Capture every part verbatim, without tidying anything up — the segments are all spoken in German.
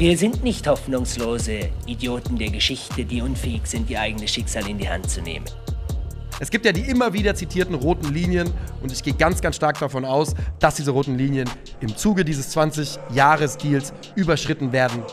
Wir sind nicht hoffnungslose Idioten der Geschichte, die unfähig sind, ihr eigenes Schicksal in die Hand zu nehmen. Es gibt ja die immer wieder zitierten roten Linien und ich gehe ganz, ganz stark davon aus, dass diese roten Linien im Zuge dieses zwanzig-Jahres-Deals überschritten werden.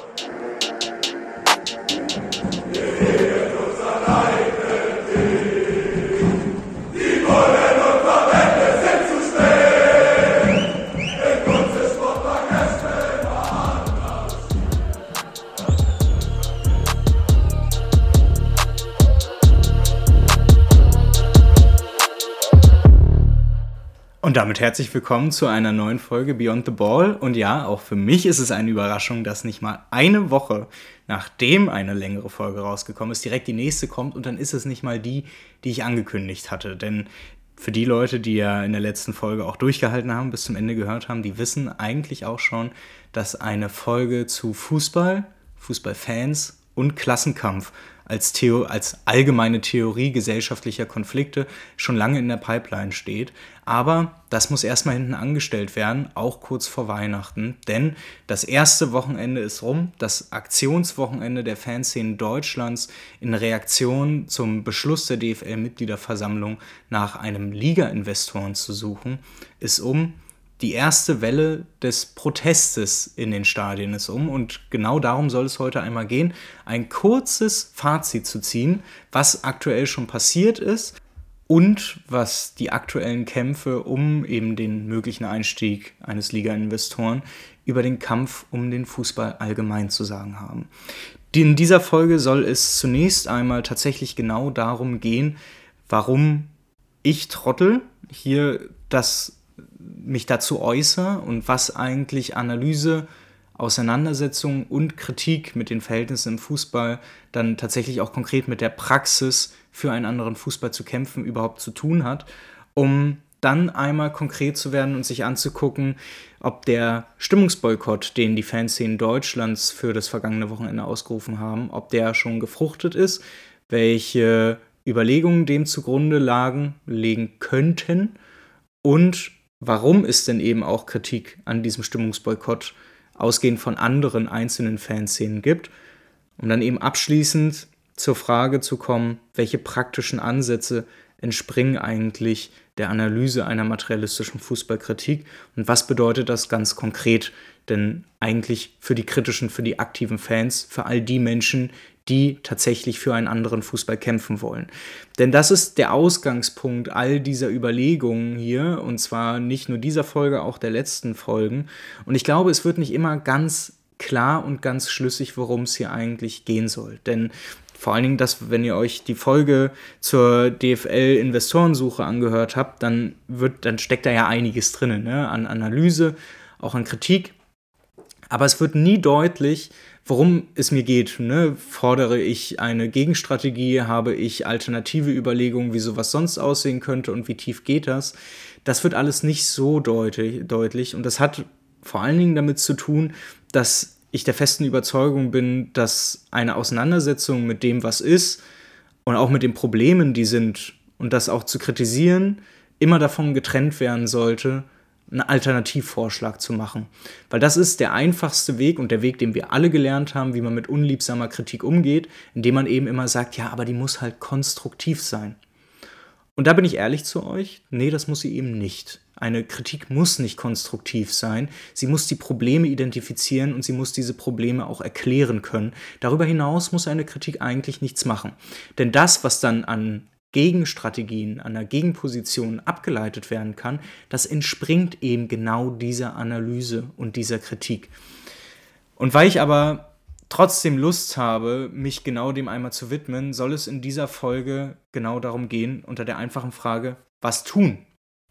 Und damit herzlich willkommen zu einer neuen Folge Beyond the Ball. Und ja, auch für mich ist es eine Überraschung, dass nicht mal eine Woche, nachdem eine längere Folge rausgekommen ist, direkt die nächste kommt. Und dann ist es nicht mal die, die ich angekündigt hatte. Denn für die Leute, die ja in der letzten Folge auch durchgehalten haben, bis zum Ende gehört haben, die wissen eigentlich auch schon, dass eine Folge zu Fußball, Fußballfans und Klassenkampf als, Theo- als allgemeine Theorie gesellschaftlicher Konflikte schon lange in der Pipeline steht. Aber das muss erstmal hinten angestellt werden, auch kurz vor Weihnachten. Denn das erste Wochenende ist rum, das Aktionswochenende der Fanszenen Deutschlands in Reaktion zum Beschluss der D F L-Mitgliederversammlung nach einem Liga-Investoren zu suchen, ist um. Die erste Welle des Protestes in den Stadien ist um und genau darum soll es heute einmal gehen, ein kurzes Fazit zu ziehen, was aktuell schon passiert ist und was die aktuellen Kämpfe um eben den möglichen Einstieg eines Liga-Investoren über den Kampf um den Fußball allgemein zu sagen haben. In dieser Folge soll es zunächst einmal tatsächlich genau darum gehen, warum ich Trottel hier das mich dazu äußere und was eigentlich Analyse, Auseinandersetzung und Kritik mit den Verhältnissen im Fußball dann tatsächlich auch konkret mit der Praxis für einen anderen Fußball zu kämpfen überhaupt zu tun hat, um dann einmal konkret zu werden und sich anzugucken, ob der Stimmungsboykott, den die Fanszenen Deutschlands für das vergangene Wochenende ausgerufen haben, ob der schon gefruchtet ist, welche Überlegungen dem zugrunde lagen, legen könnten und warum es denn eben auch Kritik an diesem Stimmungsboykott ausgehend von anderen einzelnen Fanszenen gibt, um dann eben abschließend zur Frage zu kommen, welche praktischen Ansätze entspringen eigentlich der Analyse einer materialistischen Fußballkritik und was bedeutet das ganz konkret denn eigentlich für die kritischen, für die aktiven Fans, für all die Menschen, die tatsächlich für einen anderen Fußball kämpfen wollen. Denn das ist der Ausgangspunkt all dieser Überlegungen hier, und zwar nicht nur dieser Folge, auch der letzten Folgen. Und ich glaube, es wird nicht immer ganz klar und ganz schlüssig, worum es hier eigentlich gehen soll. Denn vor allen Dingen, dass, wenn ihr euch die Folge zur D F L-Investorensuche angehört habt, dann, wird, dann steckt da ja einiges drin, ne? An Analyse, auch an Kritik. Aber es wird nie deutlich, worum es mir geht. Ne? Fordere ich eine Gegenstrategie? Habe ich alternative Überlegungen, wie sowas sonst aussehen könnte und wie tief geht das? Das wird alles nicht so deutlich, deutlich. Und das hat vor allen Dingen damit zu tun, dass ich der festen Überzeugung bin, dass eine Auseinandersetzung mit dem, was ist und auch mit den Problemen, die sind, und das auch zu kritisieren, immer davon getrennt werden sollte, einen Alternativvorschlag zu machen. Weil das ist der einfachste Weg und der Weg, den wir alle gelernt haben, wie man mit unliebsamer Kritik umgeht, indem man eben immer sagt, ja, aber die muss halt konstruktiv sein. Und da bin ich ehrlich zu euch, nee, das muss sie eben nicht. Eine Kritik muss nicht konstruktiv sein, sie muss die Probleme identifizieren und sie muss diese Probleme auch erklären können. Darüber hinaus muss eine Kritik eigentlich nichts machen. Denn das, was dann an Gegenstrategien, an der Gegenposition abgeleitet werden kann, das entspringt eben genau dieser Analyse und dieser Kritik. Und weil ich aber trotzdem Lust habe, mich genau dem einmal zu widmen, soll es in dieser Folge genau darum gehen, unter der einfachen Frage, was tun?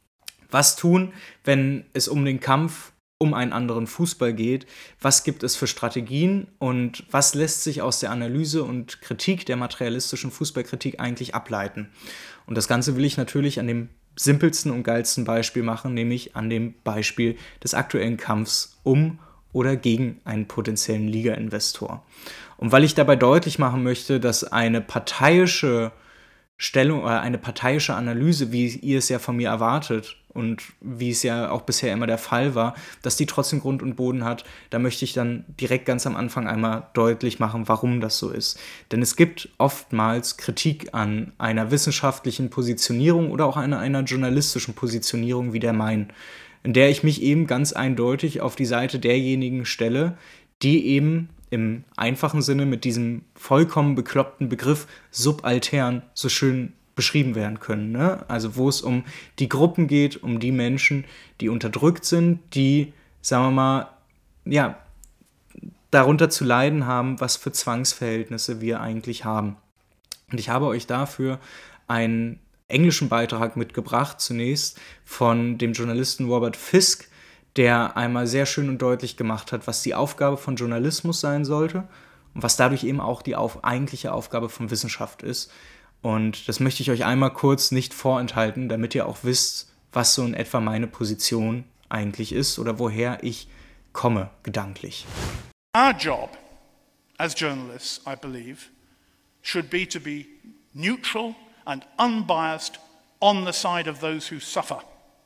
Was tun, wenn es um den Kampf um einen anderen Fußball geht? Was gibt es für Strategien und was lässt sich aus der Analyse und Kritik der materialistischen Fußballkritik eigentlich ableiten? Und das Ganze will ich natürlich an dem simpelsten und geilsten Beispiel machen, nämlich an dem Beispiel des aktuellen Kampfs um oder gegen einen potenziellen Liga-Investor. Und weil ich dabei deutlich machen möchte, dass eine parteiische Stellung oder eine parteiische Analyse, wie ihr es ja von mir erwartet und wie es ja auch bisher immer der Fall war, dass die trotzdem Grund und Boden hat, da möchte ich dann direkt ganz am Anfang einmal deutlich machen, warum das so ist. Denn es gibt oftmals Kritik an einer wissenschaftlichen Positionierung oder auch an einer journalistischen Positionierung wie der meinen, in der ich mich eben ganz eindeutig auf die Seite derjenigen stelle, die eben im einfachen Sinne mit diesem vollkommen bekloppten Begriff subaltern so schön beschrieben werden können. Ne? Also wo es um die Gruppen geht, um die Menschen, die unterdrückt sind, die, sagen wir mal, ja, darunter zu leiden haben, was für Zwangsverhältnisse wir eigentlich haben. Und ich habe euch dafür einen englischen Beitrag mitgebracht, zunächst von dem Journalisten Robert Fisk, der einmal sehr schön und deutlich gemacht hat, was die Aufgabe von Journalismus sein sollte und was dadurch eben auch die auf, eigentliche Aufgabe von Wissenschaft ist. Und das möchte ich euch einmal kurz nicht vorenthalten, damit ihr auch wisst, was so in etwa meine Position eigentlich ist oder woher ich komme, gedanklich. Our job as journalists, I believe, should be to be neutral and unbiased on the side of those who suffer.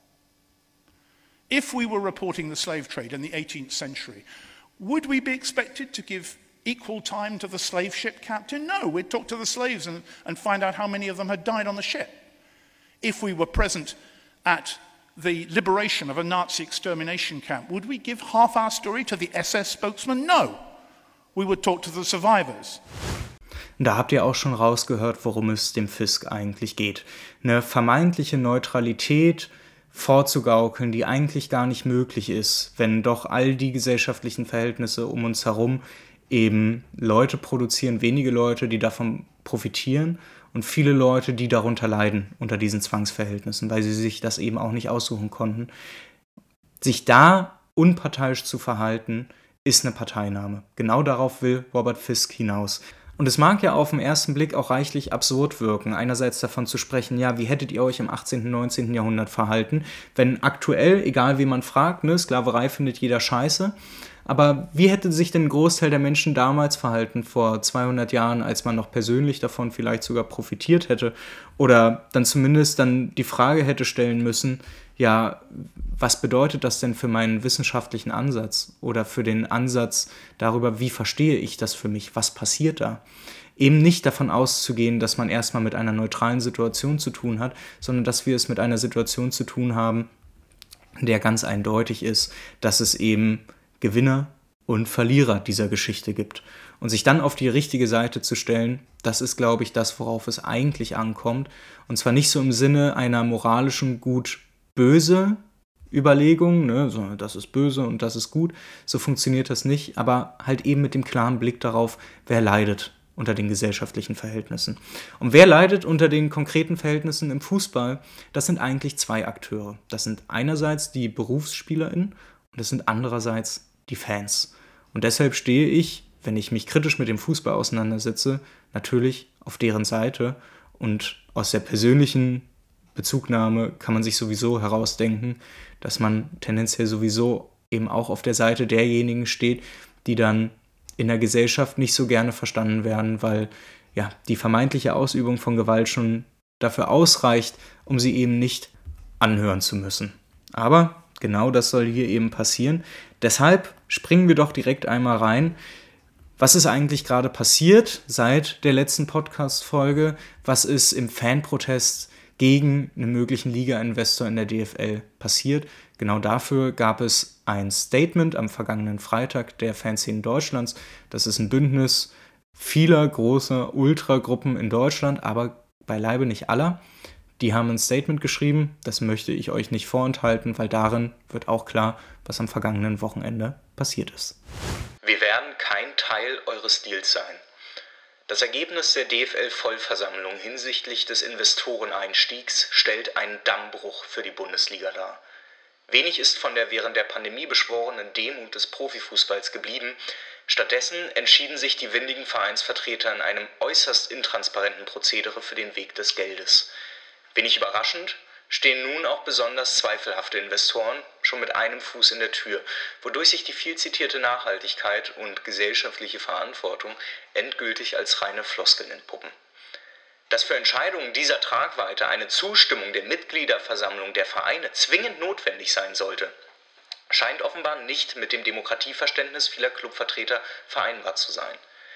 If we were reporting the slave trade in the eighteenth century, would we be expected to give equal time to the slave ship captain? No, we'd talk to the slaves and, and find out how many of them had died on the ship. If we were present at the liberation of a Nazi extermination camp, would we give half our story to the S S spokesman? No, we would talk to the survivors. Da habt ihr auch schon rausgehört, worum es dem Fisk eigentlich geht. Eine vermeintliche Neutralität vorzugaukeln, die eigentlich gar nicht möglich ist, wenn doch all die gesellschaftlichen Verhältnisse um uns herum eben Leute produzieren, wenige Leute, die davon profitieren und viele Leute, die darunter leiden unter diesen Zwangsverhältnissen, weil sie sich das eben auch nicht aussuchen konnten. Sich da unparteiisch zu verhalten, ist eine Parteinahme. Genau darauf will Robert Fisk hinaus. Und es mag ja auf den ersten Blick auch reichlich absurd wirken, einerseits davon zu sprechen, ja, wie hättet ihr euch im achtzehnten, neunzehnten Jahrhundert verhalten, wenn aktuell, egal wie man fragt, ne, Sklaverei findet jeder scheiße, aber wie hätte sich denn ein Großteil der Menschen damals verhalten, vor zweihundert Jahren, als man noch persönlich davon vielleicht sogar profitiert hätte oder dann zumindest dann die Frage hätte stellen müssen, ja, was bedeutet das denn für meinen wissenschaftlichen Ansatz oder für den Ansatz darüber, wie verstehe ich das für mich, was passiert da? Eben nicht davon auszugehen, dass man erstmal mit einer neutralen Situation zu tun hat, sondern dass wir es mit einer Situation zu tun haben, in der ganz eindeutig ist, dass es eben Gewinner und Verlierer dieser Geschichte gibt. Und sich dann auf die richtige Seite zu stellen, das ist, glaube ich, das, worauf es eigentlich ankommt. Und zwar nicht so im Sinne einer moralischen gut-böse Überlegung, ne, so, das ist böse und das ist gut, so funktioniert das nicht, aber halt eben mit dem klaren Blick darauf, wer leidet unter den gesellschaftlichen Verhältnissen. Und wer leidet unter den konkreten Verhältnissen im Fußball? Das sind eigentlich zwei Akteure. Das sind einerseits die BerufsspielerInnen und das sind andererseits die Fans. Und deshalb stehe ich, wenn ich mich kritisch mit dem Fußball auseinandersetze, natürlich auf deren Seite. Und aus der persönlichen Bezugnahme kann man sich sowieso herausdenken, dass man tendenziell sowieso eben auch auf der Seite derjenigen steht, die dann in der Gesellschaft nicht so gerne verstanden werden, weil ja die vermeintliche Ausübung von Gewalt schon dafür ausreicht, um sie eben nicht anhören zu müssen. Aber genau das soll hier eben passieren. Deshalb springen wir doch direkt einmal rein. Was ist eigentlich gerade passiert seit der letzten Podcast-Folge? Was ist im Fanprotest gegen einen möglichen Liga-Investor in der D F L passiert? Genau dafür gab es ein Statement am vergangenen Freitag der Fanszene Deutschlands. Das ist ein Bündnis vieler großer Ultragruppen in Deutschland, aber beileibe nicht aller. Die haben ein Statement geschrieben, das möchte ich euch nicht vorenthalten, weil darin wird auch klar, was am vergangenen Wochenende passiert ist. Wir werden kein Teil eures Deals sein. Das Ergebnis der D F L-Vollversammlung hinsichtlich des Investoreneinstiegs stellt einen Dammbruch für die Bundesliga dar. Wenig ist von der während der Pandemie beschworenen Demut des Profifußballs geblieben. Stattdessen entschieden sich die windigen Vereinsvertreter in einem äußerst intransparenten Prozedere für den Weg des Geldes. Wenig überraschend stehen nun auch besonders zweifelhafte Investoren schon mit einem Fuß in der Tür, wodurch sich die viel zitierte Nachhaltigkeit und gesellschaftliche Verantwortung endgültig als reine Floskeln entpuppen. Dass für Entscheidungen dieser Tragweite eine Zustimmung der Mitgliederversammlung der Vereine zwingend notwendig sein sollte, scheint offenbar nicht mit dem Demokratieverständnis vieler Clubvertreter vereinbar zu sein.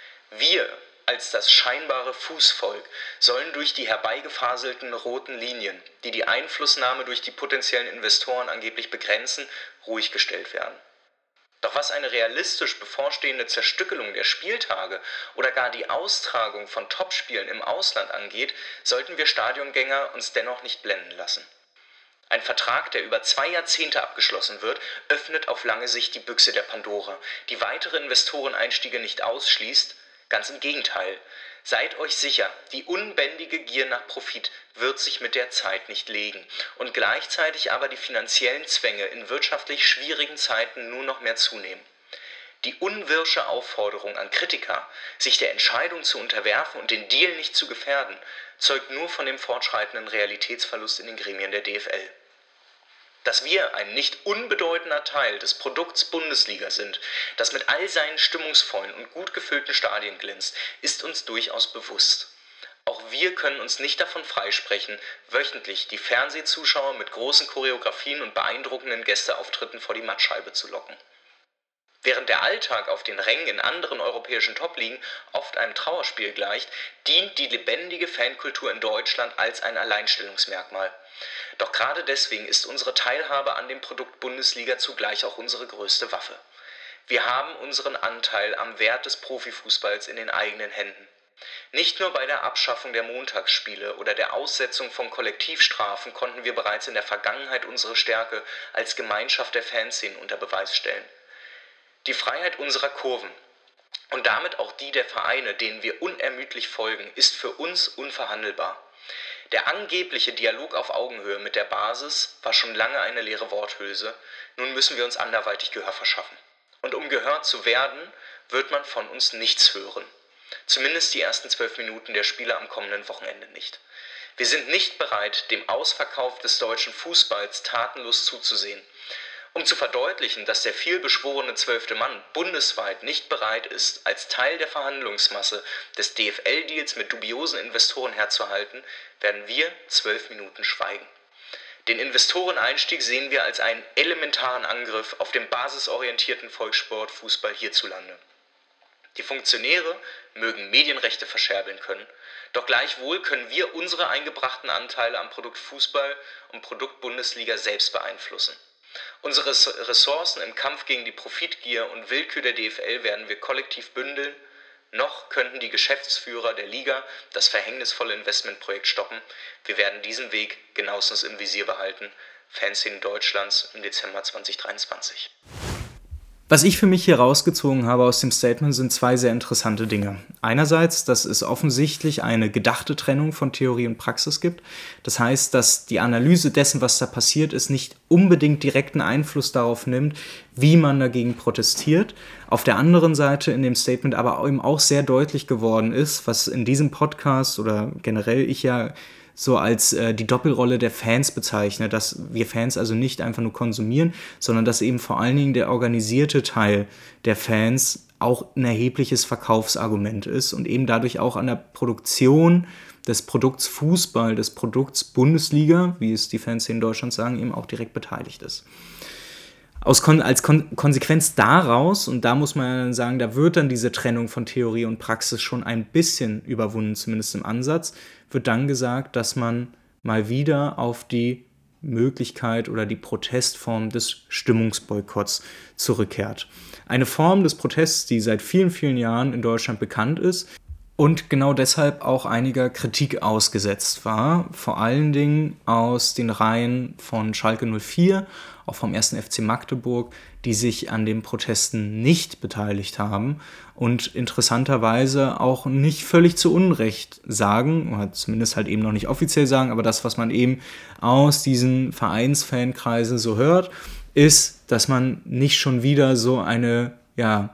Wir als das scheinbare Fußvolk sollen durch die herbeigefaselten roten Linien, die die Einflussnahme durch die potenziellen Investoren angeblich begrenzen, ruhig gestellt werden. Doch was eine realistisch bevorstehende Zerstückelung der Spieltage oder gar die Austragung von Topspielen im Ausland angeht, sollten wir Stadiongänger uns dennoch nicht blenden lassen. Ein Vertrag, der über zwei Jahrzehnte abgeschlossen wird, öffnet auf lange Sicht die Büchse der Pandora, die weitere Investoreneinstiege nicht ausschließt. Ganz im Gegenteil. Seid euch sicher, die unbändige Gier nach Profit wird sich mit der Zeit nicht legen und gleichzeitig aber die finanziellen Zwänge in wirtschaftlich schwierigen Zeiten nur noch mehr zunehmen. Die unwirsche Aufforderung an Kritiker, sich der Entscheidung zu unterwerfen und den Deal nicht zu gefährden, zeugt nur von dem fortschreitenden Realitätsverlust in den Gremien der D F L. Dass wir ein nicht unbedeutender Teil des Produkts Bundesliga sind, das mit all seinen stimmungsvollen und gut gefüllten Stadien glänzt, ist uns durchaus bewusst. Auch wir können uns nicht davon freisprechen, wöchentlich die Fernsehzuschauer mit großen Choreografien und beeindruckenden Gästeauftritten vor die Mattscheibe zu locken. Während der Alltag auf den Rängen in anderen europäischen Top-Ligen oft einem Trauerspiel gleicht, dient die lebendige Fankultur in Deutschland als ein Alleinstellungsmerkmal. Doch gerade deswegen ist unsere Teilhabe an dem Produkt Bundesliga zugleich auch unsere größte Waffe. Wir haben unseren Anteil am Wert des Profifußballs in den eigenen Händen. Nicht nur bei der Abschaffung der Montagsspiele oder der Aussetzung von Kollektivstrafen konnten wir bereits in der Vergangenheit unsere Stärke als Gemeinschaft der Fanszenen unter Beweis stellen. Die Freiheit unserer Kurven und damit auch die der Vereine, denen wir unermüdlich folgen, ist für uns unverhandelbar. Der angebliche Dialog auf Augenhöhe mit der Basis war schon lange eine leere Worthülse, nun müssen wir uns anderweitig Gehör verschaffen. Und um gehört zu werden, wird man von uns nichts hören. Zumindest die ersten zwölf Minuten der Spiele am kommenden Wochenende nicht. Wir sind nicht bereit, dem Ausverkauf des deutschen Fußballs tatenlos zuzusehen. Um zu verdeutlichen, dass der vielbeschworene zwölfte Mann bundesweit nicht bereit ist, als Teil der Verhandlungsmasse des D F L-Deals mit dubiosen Investoren herzuhalten, werden wir zwölf Minuten schweigen. Den Investoreneinstieg sehen wir als einen elementaren Angriff auf den basisorientierten Volkssport Fußball hierzulande. Die Funktionäre mögen Medienrechte verscherbeln können, doch gleichwohl können wir unsere eingebrachten Anteile am Produkt Fußball und Produkt Bundesliga selbst beeinflussen. Unsere Ressourcen im Kampf gegen die Profitgier und Willkür der D F L werden wir kollektiv bündeln. Noch könnten die Geschäftsführer der Liga das verhängnisvolle Investmentprojekt stoppen. Wir werden diesen Weg genauestens im Visier behalten. Fanszene Deutschlands im Dezember zwanzig dreiundzwanzig. Was ich für mich hier rausgezogen habe aus dem Statement, sind zwei sehr interessante Dinge. Einerseits, dass es offensichtlich eine gedachte Trennung von Theorie und Praxis gibt. Das heißt, dass die Analyse dessen, was da passiert ist, nicht unbedingt direkten Einfluss darauf nimmt, wie man dagegen protestiert. Auf der anderen Seite in dem Statement aber eben auch sehr deutlich geworden ist, was in diesem Podcast oder generell ich ja so als äh, die Doppelrolle der Fans bezeichne, dass wir Fans also nicht einfach nur konsumieren, sondern dass eben vor allen Dingen der organisierte Teil der Fans auch ein erhebliches Verkaufsargument ist und eben dadurch auch an der Produktion des Produkts Fußball, des Produkts Bundesliga, wie es die Fans hier in Deutschland sagen, eben auch direkt beteiligt ist. Aus Kon- als Kon- Konsequenz daraus, und da muss man dann sagen, da wird dann diese Trennung von Theorie und Praxis schon ein bisschen überwunden, zumindest im Ansatz, wird dann gesagt, dass man mal wieder auf die Möglichkeit oder die Protestform des Stimmungsboykotts zurückkehrt. Eine Form des Protests, die seit vielen, vielen Jahren in Deutschland bekannt ist und genau deshalb auch einiger Kritik ausgesetzt war, vor allen Dingen aus den Reihen von Schalke null vier, auch vom ersten F C Magdeburg, die sich an den Protesten nicht beteiligt haben und interessanterweise auch nicht völlig zu Unrecht sagen, oder zumindest halt eben noch nicht offiziell sagen, aber das, was man eben aus diesen Vereinsfankreisen so hört, ist, dass man nicht schon wieder so eine, ja,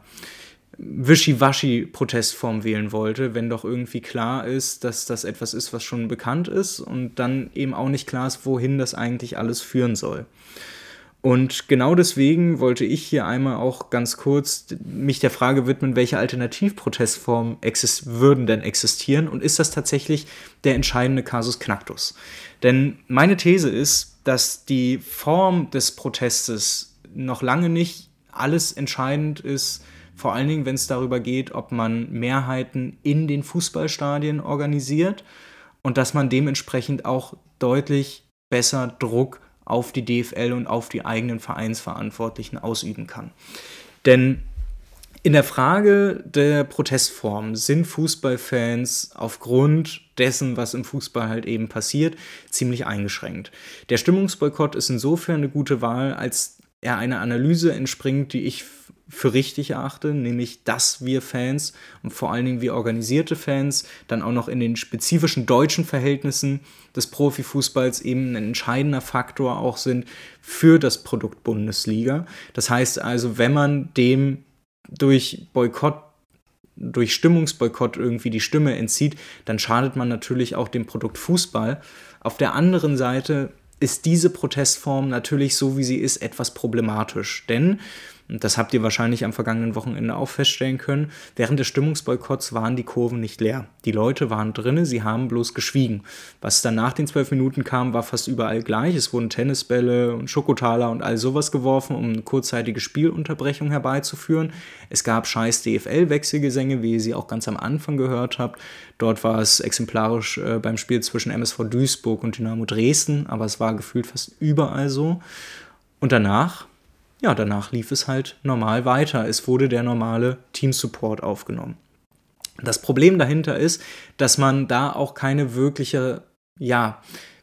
Wischiwaschi-Protestform wählen wollte, wenn doch irgendwie klar ist, dass das etwas ist, was schon bekannt ist und dann eben auch nicht klar ist, wohin das eigentlich alles führen soll. Und genau deswegen wollte ich hier einmal auch ganz kurz mich der Frage widmen, welche Alternativprotestformen exist- würden denn existieren und ist das tatsächlich der entscheidende Kasus Knacktus? Denn meine These ist, dass die Form des Protestes noch lange nicht alles entscheidend ist, vor allen Dingen, wenn es darüber geht, ob man Mehrheiten in den Fußballstadien organisiert und dass man dementsprechend auch deutlich besser Druck auf die D F L und auf die eigenen Vereinsverantwortlichen ausüben kann. Denn in der Frage der Protestform sind Fußballfans aufgrund dessen, was im Fußball halt eben passiert, ziemlich eingeschränkt. Der Stimmungsboykott ist insofern eine gute Wahl, als er einer Analyse entspringt, die ich für richtig erachte, nämlich, dass wir Fans und vor allen Dingen wir organisierte Fans dann auch noch in den spezifischen deutschen Verhältnissen des Profifußballs eben ein entscheidender Faktor auch sind für das Produkt Bundesliga. Das heißt also, wenn man dem durch Boykott, durch Stimmungsboykott irgendwie die Stimme entzieht, dann schadet man natürlich auch dem Produkt Fußball. Auf der anderen Seite ist diese Protestform natürlich so, wie sie ist, etwas problematisch, denn und das habt ihr wahrscheinlich am vergangenen Wochenende auch feststellen können, während des Stimmungsboykotts waren die Kurven nicht leer. Die Leute waren drinne, sie haben bloß geschwiegen. Was dann nach den zwölf Minuten kam, war fast überall gleich. Es wurden Tennisbälle und Schokotaler und all sowas geworfen, um eine kurzzeitige Spielunterbrechung herbeizuführen. Es gab scheiß D F L-Wechselgesänge, wie ihr sie auch ganz am Anfang gehört habt. Dort war es exemplarisch äh, beim Spiel zwischen M S V Duisburg und Dynamo Dresden, aber es war gefühlt fast überall so. Und danach... Ja, danach lief es halt normal weiter. Es wurde der normale Team-Support aufgenommen. Das Problem dahinter ist, dass man da auch keine wirkliche, ja,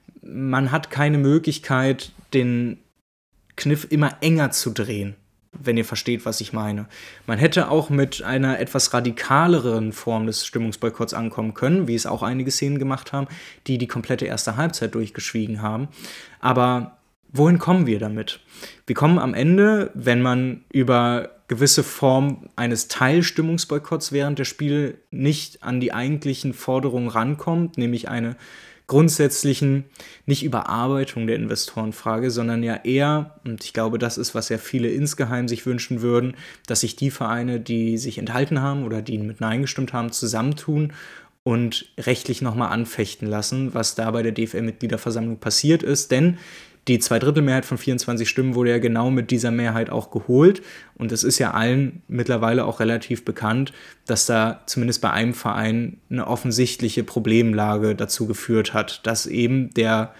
man hat keine Möglichkeit, den Kniff immer enger zu drehen, wenn ihr versteht, was ich meine. Man hätte auch mit einer etwas radikaleren Form des Stimmungsboykotts ankommen können, wie es auch einige Szenen gemacht haben, die die komplette erste Halbzeit durchgeschwiegen haben. Aber wohin kommen wir damit? Wir kommen am Ende, wenn man über gewisse Form eines Teilstimmungsboykotts während der Spiele nicht an die eigentlichen Forderungen rankommt, nämlich eine grundsätzlichen, nicht Überarbeitung der Investorenfrage, sondern ja eher, und ich glaube, das ist, was ja viele insgeheim sich wünschen würden, dass sich die Vereine, die sich enthalten haben oder die mit Nein gestimmt haben, zusammentun und rechtlich nochmal anfechten lassen, was da bei der D F L-Mitgliederversammlung passiert ist, denn die Zweidrittelmehrheit von vierundzwanzig Stimmen wurde ja genau mit dieser Mehrheit auch geholt. Und es ist ja allen mittlerweile auch relativ bekannt, dass da zumindest bei einem Verein eine offensichtliche Problemlage dazu geführt hat, dass eben der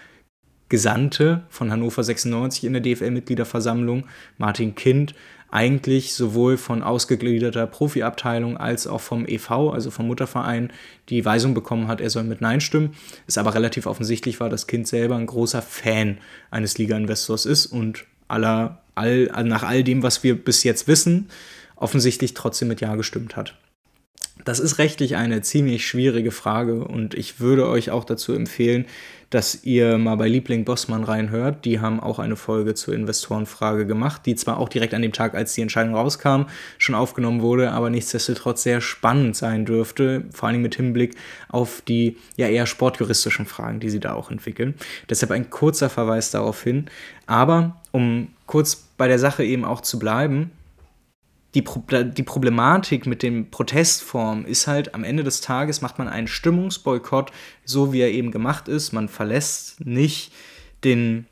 Gesandte von Hannover sechsundneunzig in der D F L-Mitgliederversammlung, Martin Kind, eigentlich sowohl von ausgegliederter Profiabteilung als auch vom E V, also vom Mutterverein, die Weisung bekommen hat, er soll mit Nein stimmen. Es aber relativ offensichtlich war, dass Kind selber ein großer Fan eines Liga-Investors ist und aller, all, nach all dem, was wir bis jetzt wissen, offensichtlich trotzdem mit Ja gestimmt hat. Das ist rechtlich eine ziemlich schwierige Frage und ich würde euch auch dazu empfehlen, dass ihr mal bei Liebling Bossmann reinhört. Die haben auch eine Folge zur Investorenfrage gemacht, die zwar auch direkt an dem Tag, als die Entscheidung rauskam, schon aufgenommen wurde, aber nichtsdestotrotz sehr spannend sein dürfte, vor allem mit Hinblick auf die ja eher sportjuristischen Fragen, die sie da auch entwickeln. Deshalb ein kurzer Verweis darauf hin. Aber um kurz bei der Sache eben auch zu bleiben, Die, Pro- die Problematik mit den Protestformen ist halt, am Ende des Tages macht man einen Stimmungsboykott, so wie er eben gemacht ist. Man verlässt nicht den,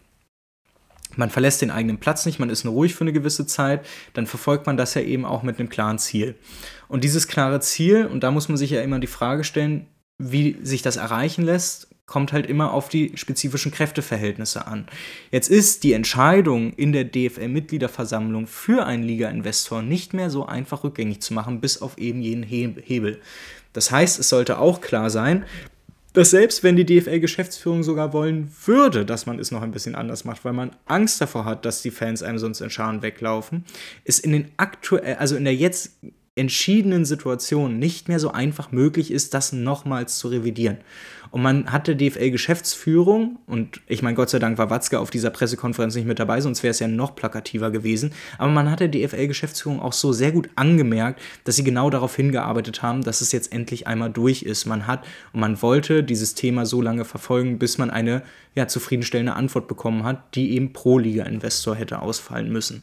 man verlässt den eigenen Platz nicht, man ist nur ruhig für eine gewisse Zeit, dann verfolgt man das ja eben auch mit einem klaren Ziel. Und dieses klare Ziel, und da muss man sich ja immer die Frage stellen, wie sich das erreichen lässt, kommt halt immer auf die spezifischen Kräfteverhältnisse an. Jetzt ist die Entscheidung in der D F L-Mitgliederversammlung für einen Liga-Investor nicht mehr so einfach rückgängig zu machen, bis auf eben jenen Hebel. Das heißt, es sollte auch klar sein, dass selbst wenn die D F L-Geschäftsführung sogar wollen würde, dass man es noch ein bisschen anders macht, weil man Angst davor hat, dass die Fans einem sonst in Scharen weglaufen, ist in den aktuell, also in der jetzt entschiedenen Situationen nicht mehr so einfach möglich ist, das nochmals zu revidieren. Und man hat der D F L-Geschäftsführung, und ich meine, Gott sei Dank war Watzke auf dieser Pressekonferenz nicht mit dabei, sonst wäre es ja noch plakativer gewesen, aber man hat der D F L-Geschäftsführung auch so sehr gut angemerkt, dass sie genau darauf hingearbeitet haben, dass es jetzt endlich einmal durch ist. Man hat und man wollte dieses Thema so lange verfolgen, bis man eine ja, zufriedenstellende Antwort bekommen hat, die eben pro Liga-Investor hätte ausfallen müssen.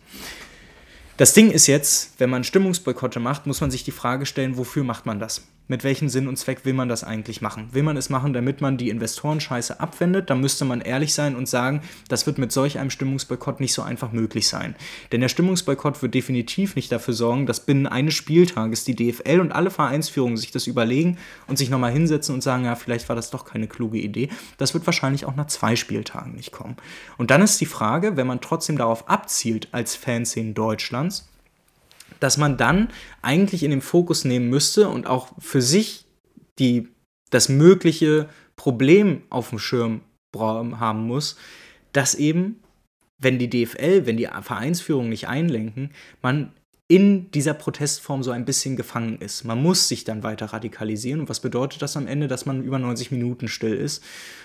Das Ding ist jetzt, wenn man Stimmungsboykotte macht, muss man sich die Frage stellen, wofür macht man das? Mit welchem Sinn und Zweck will man das eigentlich machen? Will man es machen, damit man die Investorenscheiße abwendet? Dann müsste man ehrlich sein und sagen, das wird mit solch einem Stimmungsboykott nicht so einfach möglich sein. Denn der Stimmungsboykott wird definitiv nicht dafür sorgen, dass binnen eines Spieltages die D F L und alle Vereinsführungen sich das überlegen und sich nochmal hinsetzen und sagen, ja, vielleicht war das doch keine kluge Idee. Das wird wahrscheinlich auch nach zwei Spieltagen nicht kommen. Und dann ist die Frage, wenn man trotzdem darauf abzielt als Fanszene Deutschlands, dass man dann eigentlich in den Fokus nehmen müsste und auch für sich die, das mögliche Problem auf dem Schirm haben muss, dass eben, wenn die D F L, wenn die Vereinsführungen nicht einlenken, man in dieser Protestform so ein bisschen gefangen ist. Man muss sich dann weiter radikalisieren. Und was bedeutet das am Ende, dass man über neunzig Minuten still ist?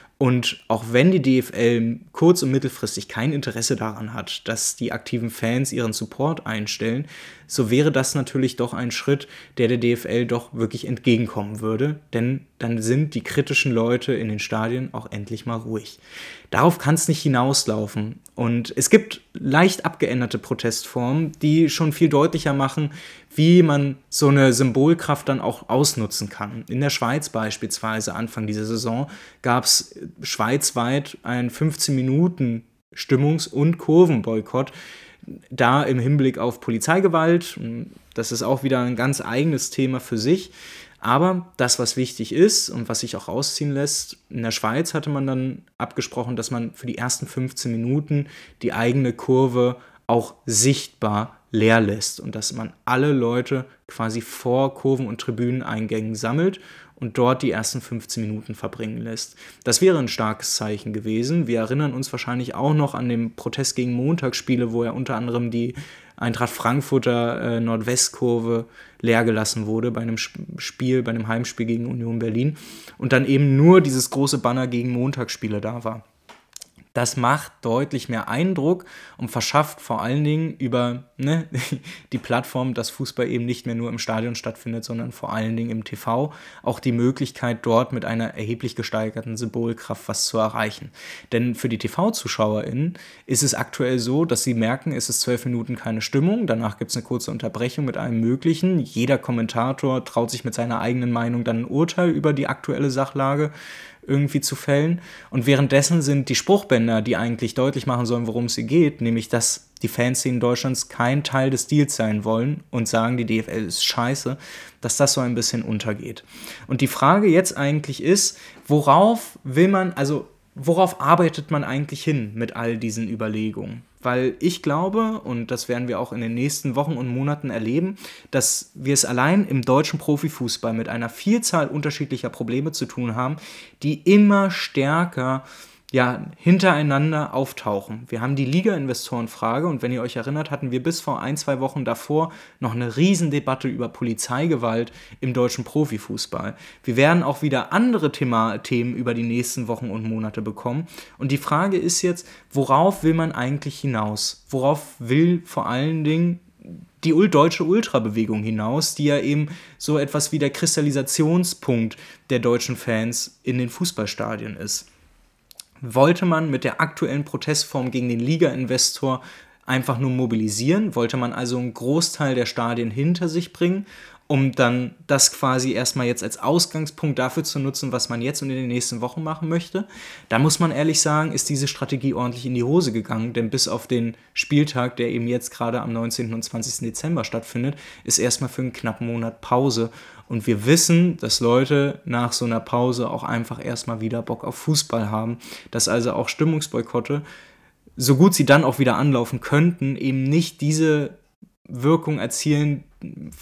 Und auch wenn die D F L kurz- und mittelfristig kein Interesse daran hat, dass die aktiven Fans ihren Support einstellen, so wäre das natürlich doch ein Schritt, der der D F L doch wirklich entgegenkommen würde. Denn dann sind die kritischen Leute in den Stadien auch endlich mal ruhig. Darauf kann es nicht hinauslaufen. Und es gibt leicht abgeänderte Protestformen, die schon viel deutlicher machen, wie man so eine Symbolkraft dann auch ausnutzen kann. In der Schweiz beispielsweise Anfang dieser Saison gab es schweizweit einen fünfzehn Minuten Stimmungs- und Kurvenboykott, da im Hinblick auf Polizeigewalt. Das ist auch wieder ein ganz eigenes Thema für sich. Aber das, was wichtig ist und was sich auch rausziehen lässt, in der Schweiz hatte man dann abgesprochen, dass man für die ersten fünfzehn Minuten die eigene Kurve auch sichtbar leer lässt und dass man alle Leute quasi vor Kurven- und Tribüneneingängen sammelt und dort die ersten fünfzehn Minuten verbringen lässt. Das wäre ein starkes Zeichen gewesen. Wir erinnern uns wahrscheinlich auch noch an den Protest gegen Montagsspiele, wo ja unter anderem die Eintracht Frankfurter äh, Nordwestkurve leer gelassen wurde bei einem Spiel, bei einem Heimspiel gegen Union Berlin und dann eben nur dieses große Banner gegen Montagsspiele da war. Das macht deutlich mehr Eindruck und verschafft vor allen Dingen über ne, die Plattform, dass Fußball eben nicht mehr nur im Stadion stattfindet, sondern vor allen Dingen im T V, auch die Möglichkeit, dort mit einer erheblich gesteigerten Symbolkraft was zu erreichen. Denn für die T V-ZuschauerInnen ist es aktuell so, dass sie merken, es ist zwölf Minuten keine Stimmung, danach gibt es eine kurze Unterbrechung mit allem Möglichen. Jeder Kommentator traut sich mit seiner eigenen Meinung dann ein Urteil über die aktuelle Sachlage irgendwie zu fällen. Und währenddessen sind die Spruchbänder, die eigentlich deutlich machen sollen, worum es hier geht, nämlich, dass die Fanszenen Deutschlands kein Teil des Deals sein wollen und sagen, die D F L ist scheiße, dass das so ein bisschen untergeht. Und die Frage jetzt eigentlich ist, worauf will man, also worauf arbeitet man eigentlich hin mit all diesen Überlegungen? Weil ich glaube, und das werden wir auch in den nächsten Wochen und Monaten erleben, dass wir es allein im deutschen Profifußball mit einer Vielzahl unterschiedlicher Probleme zu tun haben, die immer stärker ja, hintereinander auftauchen. Wir haben die Liga-Investorenfrage und wenn ihr euch erinnert, hatten wir bis vor ein, zwei Wochen davor noch eine Riesendebatte über Polizeigewalt im deutschen Profifußball. Wir werden auch wieder andere Thema- Themen über die nächsten Wochen und Monate bekommen. Und die Frage ist jetzt, worauf will man eigentlich hinaus? Worauf will vor allen Dingen die deutsche Ultrabewegung hinaus, die ja eben so etwas wie der Kristallisationspunkt der deutschen Fans in den Fußballstadien ist? Wollte man mit der aktuellen Protestform gegen den Liga-Investor einfach nur mobilisieren? Wollte man also einen Großteil der Stadien hinter sich bringen, um dann das quasi erstmal jetzt als Ausgangspunkt dafür zu nutzen, was man jetzt und in den nächsten Wochen machen möchte? Da muss man ehrlich sagen, ist diese Strategie ordentlich in die Hose gegangen, denn bis auf den Spieltag, der eben jetzt gerade am neunzehnten und zwanzigsten Dezember stattfindet, ist erstmal für einen knappen Monat Pause. Und wir wissen, dass Leute nach so einer Pause auch einfach erstmal wieder Bock auf Fußball haben, dass also auch Stimmungsboykotte, so gut sie dann auch wieder anlaufen könnten, eben nicht diese Wirkung erzielen, von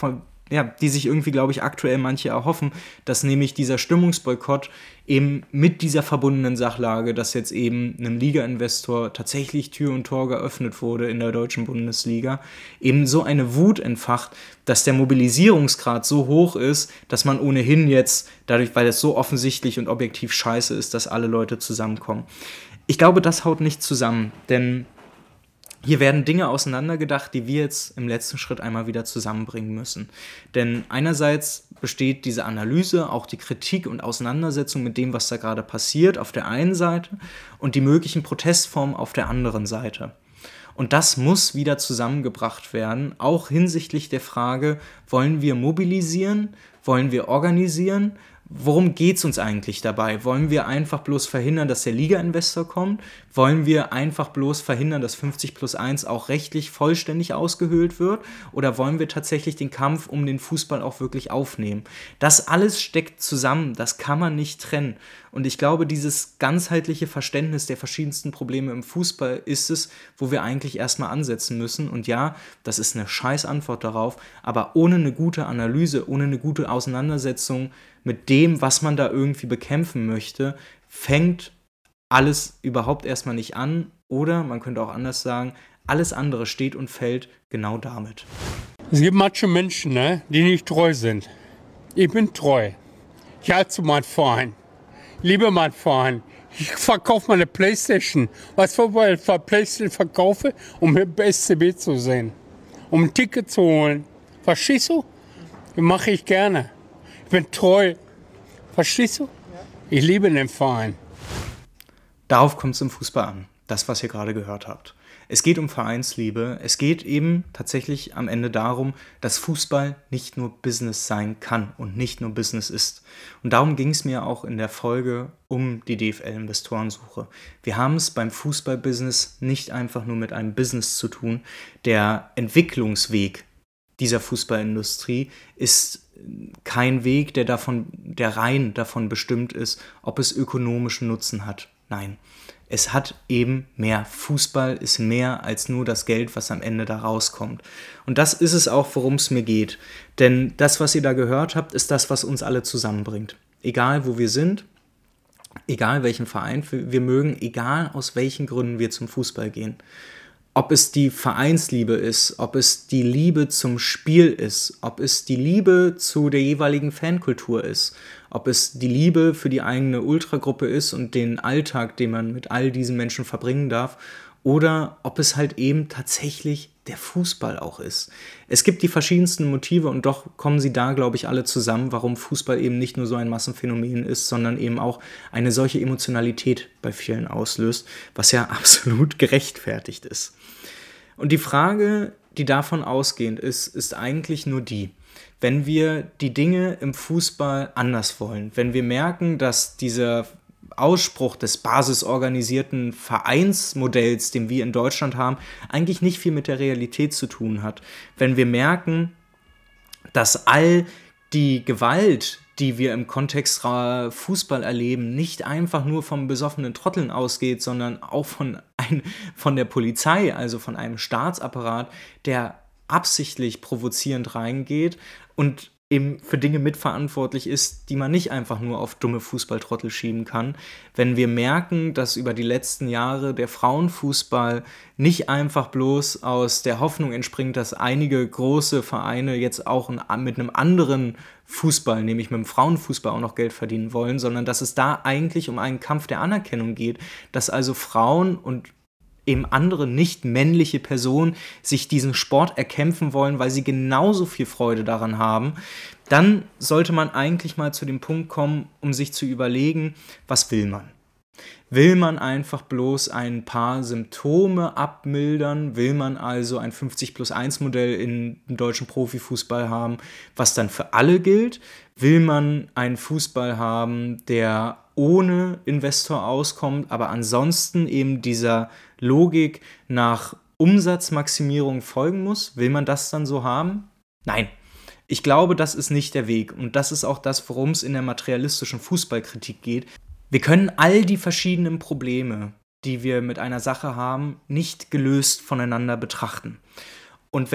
ja, die sich irgendwie, glaube ich, aktuell manche erhoffen, dass nämlich dieser Stimmungsboykott eben mit dieser verbundenen Sachlage, dass jetzt eben einem Liga-Investor tatsächlich Tür und Tor geöffnet wurde in der deutschen Bundesliga, eben so eine Wut entfacht, dass der Mobilisierungsgrad so hoch ist, dass man ohnehin jetzt, dadurch, weil es so offensichtlich und objektiv scheiße ist, dass alle Leute zusammenkommen. Ich glaube, das haut nicht zusammen, denn hier werden Dinge auseinandergedacht, die wir jetzt im letzten Schritt einmal wieder zusammenbringen müssen. Denn einerseits besteht diese Analyse, auch die Kritik und Auseinandersetzung mit dem, was da gerade passiert, auf der einen Seite und die möglichen Protestformen auf der anderen Seite. Und das muss wieder zusammengebracht werden, auch hinsichtlich der Frage, wollen wir mobilisieren, wollen wir organisieren? Worum geht es uns eigentlich dabei? Wollen wir einfach bloß verhindern, dass der Liga-Investor kommt? Wollen wir einfach bloß verhindern, dass fünfzig plus eins auch rechtlich vollständig ausgehöhlt wird? Oder wollen wir tatsächlich den Kampf um den Fußball auch wirklich aufnehmen? Das alles steckt zusammen, das kann man nicht trennen. Und ich glaube, dieses ganzheitliche Verständnis der verschiedensten Probleme im Fußball ist es, wo wir eigentlich erstmal ansetzen müssen. Und ja, das ist eine scheiß Antwort darauf, aber ohne eine gute Analyse, ohne eine gute Auseinandersetzung mit dem, was man da irgendwie bekämpfen möchte, fängt alles überhaupt erstmal nicht an. Oder man könnte auch anders sagen, alles andere steht und fällt genau damit. Es gibt manche Menschen, ne, die nicht treu sind. Ich bin treu. Ich halte zu meinem Verein. Ich liebe meinen Verein. Ich verkaufe meine Playstation. Was ich für Playstation verkaufe, um S C B zu sehen. Um ein Ticket zu holen. Verstehst du? Das mache ich gerne. Ich bin treu. Verstehst du? Ich liebe den Verein. Darauf kommt es im Fußball an. Das, was ihr gerade gehört habt. Es geht um Vereinsliebe. Es geht eben tatsächlich am Ende darum, dass Fußball nicht nur Business sein kann und nicht nur Business ist. Und darum ging es mir auch in der Folge um die D F L-Investorensuche. Wir haben es beim Fußballbusiness nicht einfach nur mit einem Business zu tun. Der Entwicklungsweg dieser Fußballindustrie ist kein Weg, der davon, der rein davon bestimmt ist, ob es ökonomischen Nutzen hat. Nein, es hat eben mehr. Fußball ist mehr als nur das Geld, was am Ende da rauskommt. Und das ist es auch, worum es mir geht. Denn das, was ihr da gehört habt, ist das, was uns alle zusammenbringt. Egal, wo wir sind, egal welchen Verein wir mögen, egal aus welchen Gründen wir zum Fußball gehen. Ob es die Vereinsliebe ist, ob es die Liebe zum Spiel ist, ob es die Liebe zu der jeweiligen Fankultur ist, ob es die Liebe für die eigene Ultragruppe ist und den Alltag, den man mit all diesen Menschen verbringen darf, oder ob es halt eben tatsächlich der Fußball auch ist. Es gibt die verschiedensten Motive und doch kommen sie da, glaube ich, alle zusammen, warum Fußball eben nicht nur so ein Massenphänomen ist, sondern eben auch eine solche Emotionalität bei vielen auslöst, was ja absolut gerechtfertigt ist. Und die Frage, die davon ausgehend ist, ist eigentlich nur die: Wenn wir die Dinge im Fußball anders wollen, wenn wir merken, dass dieser Ausspruch des basisorganisierten Vereinsmodells, den wir in Deutschland haben, eigentlich nicht viel mit der Realität zu tun hat, wenn wir merken, dass all die Gewalt, die wir im Kontext Fußball erleben, nicht einfach nur vom besoffenen Trotteln ausgeht, sondern auch von, ein, von der Polizei, also von einem Staatsapparat, der absichtlich provozierend reingeht und eben für Dinge mitverantwortlich ist, die man nicht einfach nur auf dumme Fußballtrottel schieben kann. Wenn wir merken, dass über die letzten Jahre der Frauenfußball nicht einfach bloß aus der Hoffnung entspringt, dass einige große Vereine jetzt auch mit einem anderen Fußball, nämlich mit dem Frauenfußball, auch noch Geld verdienen wollen, sondern dass es da eigentlich um einen Kampf der Anerkennung geht, dass also Frauen und eben andere nicht männliche Personen sich diesen Sport erkämpfen wollen, weil sie genauso viel Freude daran haben, dann sollte man eigentlich mal zu dem Punkt kommen, um sich zu überlegen, was will man? Will man einfach bloß ein paar Symptome abmildern? Will man also ein fünfzig plus eins Modell im deutschen Profifußball haben, was dann für alle gilt? Will man einen Fußball haben, der ohne Investor auskommt, aber ansonsten eben dieser Logik nach Umsatzmaximierung folgen muss? Will man das dann so haben? Nein. Ich glaube, das ist nicht der Weg. Und das ist auch das, worum es in der materialistischen Fußballkritik geht. Wir können all die verschiedenen Probleme, die wir mit einer Sache haben, nicht gelöst voneinander betrachten. Und wenn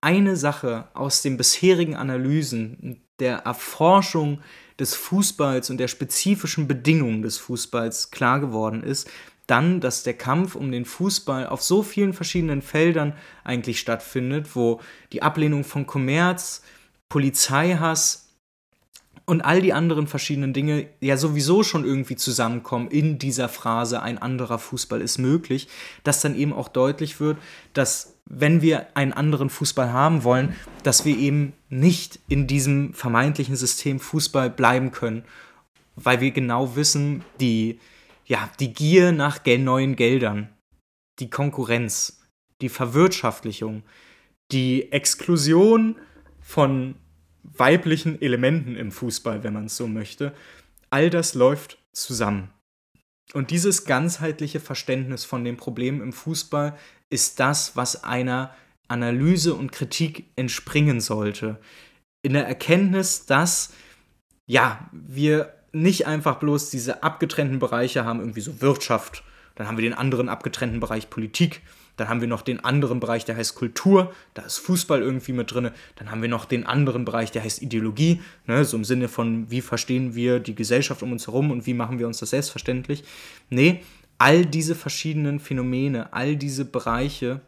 eine Sache aus den bisherigen Analysen der Erforschung des Fußballs und der spezifischen Bedingungen des Fußballs klar geworden ist, dann, dass der Kampf um den Fußball auf so vielen verschiedenen Feldern eigentlich stattfindet, wo die Ablehnung von Kommerz, Polizeihass und all die anderen verschiedenen Dinge ja sowieso schon irgendwie zusammenkommen in dieser Phrase, ein anderer Fußball ist möglich, dass dann eben auch deutlich wird, dass wenn wir einen anderen Fußball haben wollen, dass wir eben nicht in diesem vermeintlichen System Fußball bleiben können, weil wir genau wissen, die, ja, die Gier nach gel- neuen Geldern, die Konkurrenz, die Verwirtschaftlichung, die Exklusion von weiblichen Elementen im Fußball, wenn man es so möchte, all das läuft zusammen. Und dieses ganzheitliche Verständnis von den Problemen im Fußball ist das, was einer Analyse und Kritik entspringen sollte. In der Erkenntnis, dass ja, wir nicht einfach bloß diese abgetrennten Bereiche haben, irgendwie so Wirtschaft, dann haben wir den anderen abgetrennten Bereich Politik, dann haben wir noch den anderen Bereich, der heißt Kultur, da ist Fußball irgendwie mit drin, dann haben wir noch den anderen Bereich, der heißt Ideologie, ne, so im Sinne von, wie verstehen wir die Gesellschaft um uns herum und wie machen wir uns das selbstverständlich. Nee, all diese verschiedenen Phänomene, all diese Bereiche,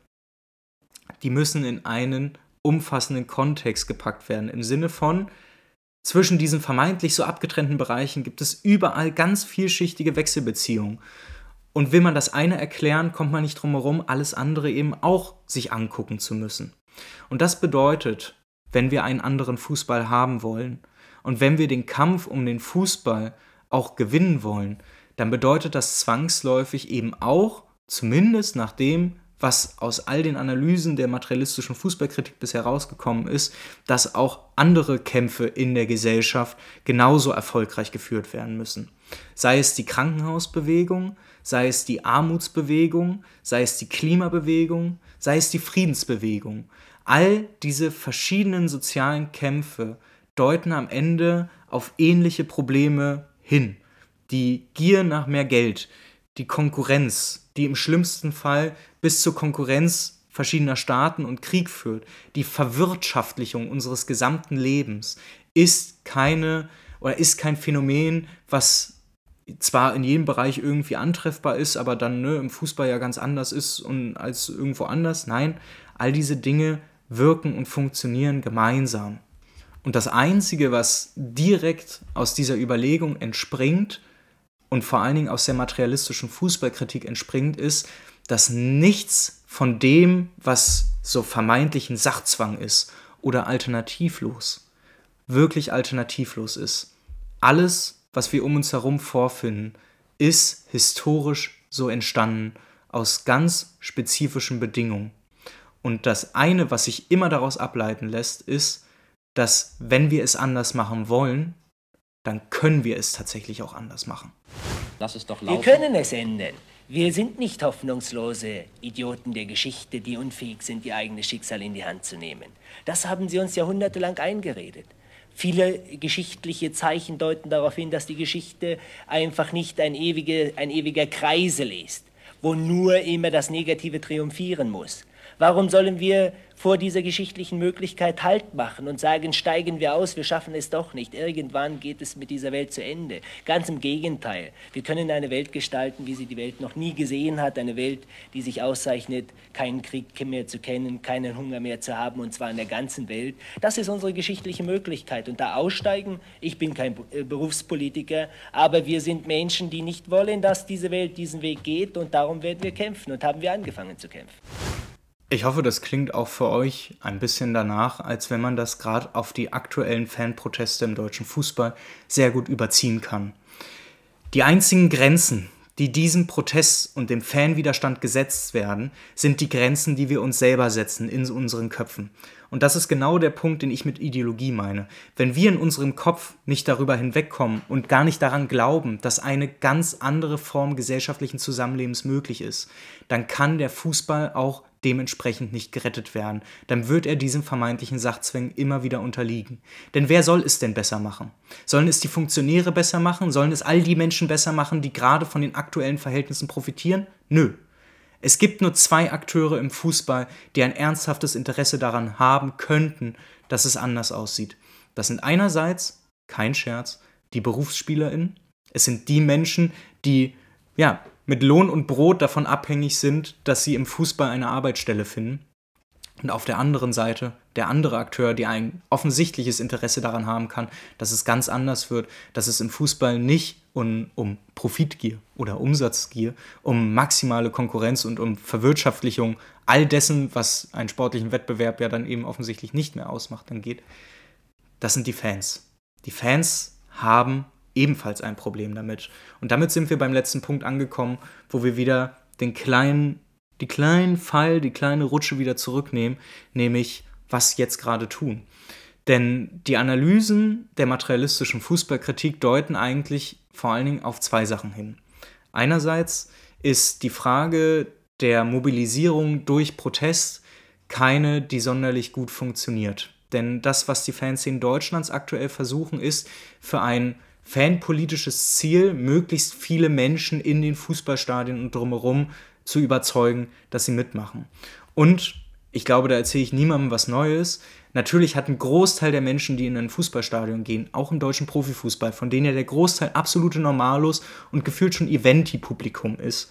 die müssen in einen umfassenden Kontext gepackt werden, im Sinne von, zwischen diesen vermeintlich so abgetrennten Bereichen gibt es überall ganz vielschichtige Wechselbeziehungen. Und will man das eine erklären, kommt man nicht drum herum, alles andere eben auch sich angucken zu müssen. Und das bedeutet, wenn wir einen anderen Fußball haben wollen und wenn wir den Kampf um den Fußball auch gewinnen wollen, dann bedeutet das zwangsläufig eben auch, zumindest nach dem, was aus all den Analysen der materialistischen Fußballkritik bisher rausgekommen ist, dass auch andere Kämpfe in der Gesellschaft genauso erfolgreich geführt werden müssen. Sei es die Krankenhausbewegung, sei es die Armutsbewegung, sei es die Klimabewegung, sei es die Friedensbewegung. All diese verschiedenen sozialen Kämpfe deuten am Ende auf ähnliche Probleme hin. Die Gier nach mehr Geld, die Konkurrenz, die im schlimmsten Fall bis zur Konkurrenz verschiedener Staaten und Krieg führt, die Verwirtschaftlichung unseres gesamten Lebens, ist keine oder ist kein Phänomen, was zwar in jedem Bereich irgendwie antreffbar ist, aber dann ne, im Fußball ja ganz anders ist und als irgendwo anders. Nein, all diese Dinge wirken und funktionieren gemeinsam. Und das Einzige, was direkt aus dieser Überlegung entspringt und vor allen Dingen aus der materialistischen Fußballkritik entspringt, ist, dass nichts von dem, was so vermeintlich ein Sachzwang ist oder alternativlos, wirklich alternativlos ist. Alles, was wir um uns herum vorfinden, ist historisch so entstanden aus ganz spezifischen Bedingungen. Und das eine, was sich immer daraus ableiten lässt, ist, dass wenn wir es anders machen wollen, dann können wir es tatsächlich auch anders machen. Lass es doch laufen. Wir können es ändern. Wir sind nicht hoffnungslose Idioten der Geschichte, die unfähig sind, ihr eigenes Schicksal in die Hand zu nehmen. Das haben sie uns jahrhundertelang eingeredet. Viele geschichtliche Zeichen deuten darauf hin, dass die Geschichte einfach nicht ein, ewige, ein ewiger Kreisel ist, wo nur immer das Negative triumphieren muss. Warum sollen wir vor dieser geschichtlichen Möglichkeit Halt machen und sagen, steigen wir aus, wir schaffen es doch nicht. Irgendwann geht es mit dieser Welt zu Ende. Ganz im Gegenteil. Wir können eine Welt gestalten, wie sie die Welt noch nie gesehen hat. Eine Welt, die sich auszeichnet, keinen Krieg mehr zu kennen, keinen Hunger mehr zu haben, und zwar in der ganzen Welt. Das ist unsere geschichtliche Möglichkeit. Und da aussteigen, ich bin kein Berufspolitiker, aber wir sind Menschen, die nicht wollen, dass diese Welt diesen Weg geht, und darum werden wir kämpfen und haben wir angefangen zu kämpfen. Ich hoffe, das klingt auch für euch ein bisschen danach, als wenn man das gerade auf die aktuellen Fanproteste im deutschen Fußball sehr gut überziehen kann. Die einzigen Grenzen, die diesem Protest und dem Fanwiderstand gesetzt werden, sind die Grenzen, die wir uns selber setzen in unseren Köpfen. Und das ist genau der Punkt, den ich mit Ideologie meine. Wenn wir in unserem Kopf nicht darüber hinwegkommen und gar nicht daran glauben, dass eine ganz andere Form gesellschaftlichen Zusammenlebens möglich ist, dann kann der Fußball auch dementsprechend nicht gerettet werden. Dann wird er diesem vermeintlichen Sachzwängen immer wieder unterliegen. Denn wer soll es denn besser machen? Sollen es die Funktionäre besser machen? Sollen es all die Menschen besser machen, die gerade von den aktuellen Verhältnissen profitieren? Nö. Es gibt nur zwei Akteure im Fußball, die ein ernsthaftes Interesse daran haben könnten, dass es anders aussieht. Das sind einerseits, kein Scherz, die BerufsspielerInnen. Es sind die Menschen, die ja, mit Lohn und Brot davon abhängig sind, dass sie im Fußball eine Arbeitsstelle finden. Und auf der anderen Seite der andere Akteur, der ein offensichtliches Interesse daran haben kann, dass es ganz anders wird, dass es im Fußball nicht um, um Profitgier oder Umsatzgier, um maximale Konkurrenz und um Verwirtschaftlichung all dessen, was einen sportlichen Wettbewerb ja dann eben offensichtlich nicht mehr ausmacht, dann geht. Das sind die Fans. Die Fans haben ebenfalls ein Problem damit. Und damit sind wir beim letzten Punkt angekommen, wo wir wieder den kleinen, die kleinen Pfeil, die kleine Rutsche wieder zurücknehmen, nämlich was jetzt gerade tun. Denn die Analysen der materialistischen Fußballkritik deuten eigentlich vor allen Dingen auf zwei Sachen hin. Einerseits ist die Frage der Mobilisierung durch Protest keine, die sonderlich gut funktioniert. Denn das, was die Fanszenen Deutschlands aktuell versuchen, ist für ein fanpolitisches Ziel, möglichst viele Menschen in den Fußballstadien und drumherum zu überzeugen, dass sie mitmachen. Und ich glaube, da erzähle ich niemandem was Neues. Natürlich hat ein Großteil der Menschen, die in ein Fußballstadion gehen, auch im deutschen Profifußball, von denen ja der Großteil absolute Normalos und gefühlt schon Eventi-Publikum ist,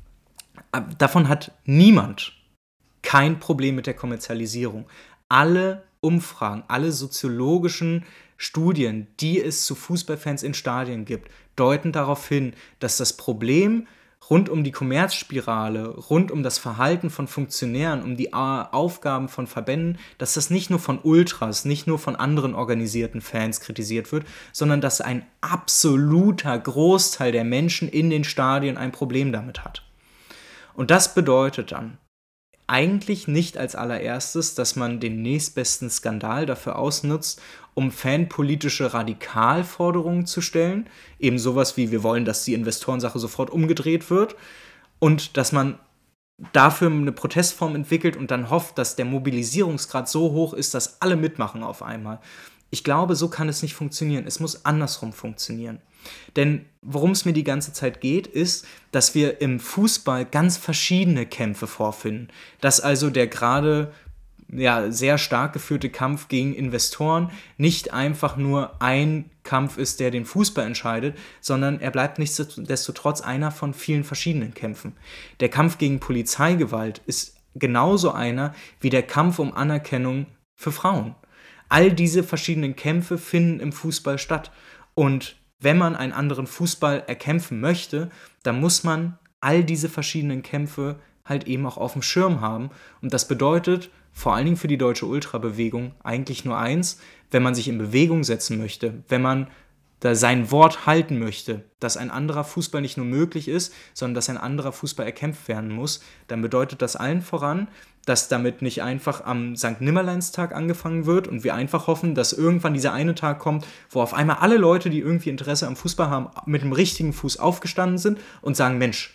davon hat niemand kein Problem mit der Kommerzialisierung. Alle Umfragen, alle soziologischen Studien, die es zu Fußballfans in Stadien gibt, deuten darauf hin, dass das Problem rund um die Kommerzspirale, rund um das Verhalten von Funktionären, um die Aufgaben von Verbänden, dass das nicht nur von Ultras, nicht nur von anderen organisierten Fans kritisiert wird, sondern dass ein absoluter Großteil der Menschen in den Stadien ein Problem damit hat. Und das bedeutet dann eigentlich nicht als allererstes, dass man den nächstbesten Skandal dafür ausnutzt, um fanpolitische Radikalforderungen zu stellen. Eben sowas wie, wir wollen, dass die Investorensache sofort umgedreht wird. Und dass man dafür eine Protestform entwickelt und dann hofft, dass der Mobilisierungsgrad so hoch ist, dass alle mitmachen auf einmal. Ich glaube, so kann es nicht funktionieren. Es muss andersrum funktionieren. Denn worum es mir die ganze Zeit geht, ist, dass wir im Fußball ganz verschiedene Kämpfe vorfinden. Dass also der gerade ja, sehr stark geführte Kampf gegen Investoren nicht einfach nur ein Kampf ist, der den Fußball entscheidet, sondern er bleibt nichtsdestotrotz einer von vielen verschiedenen Kämpfen. Der Kampf gegen Polizeigewalt ist genauso einer wie der Kampf um Anerkennung für Frauen. All diese verschiedenen Kämpfe finden im Fußball statt. Und wenn man einen anderen Fußball erkämpfen möchte, dann muss man all diese verschiedenen Kämpfe halt eben auch auf dem Schirm haben. Und das bedeutet vor allen Dingen für die deutsche Ultrabewegung eigentlich nur eins: Wenn man sich in Bewegung setzen möchte, wenn man da sein Wort halten möchte, dass ein anderer Fußball nicht nur möglich ist, sondern dass ein anderer Fußball erkämpft werden muss, dann bedeutet das allen voran, dass damit nicht einfach am Sankt Nimmerleinstag angefangen wird und wir einfach hoffen, dass irgendwann dieser eine Tag kommt, wo auf einmal alle Leute, die irgendwie Interesse am Fußball haben, mit dem richtigen Fuß aufgestanden sind und sagen, Mensch,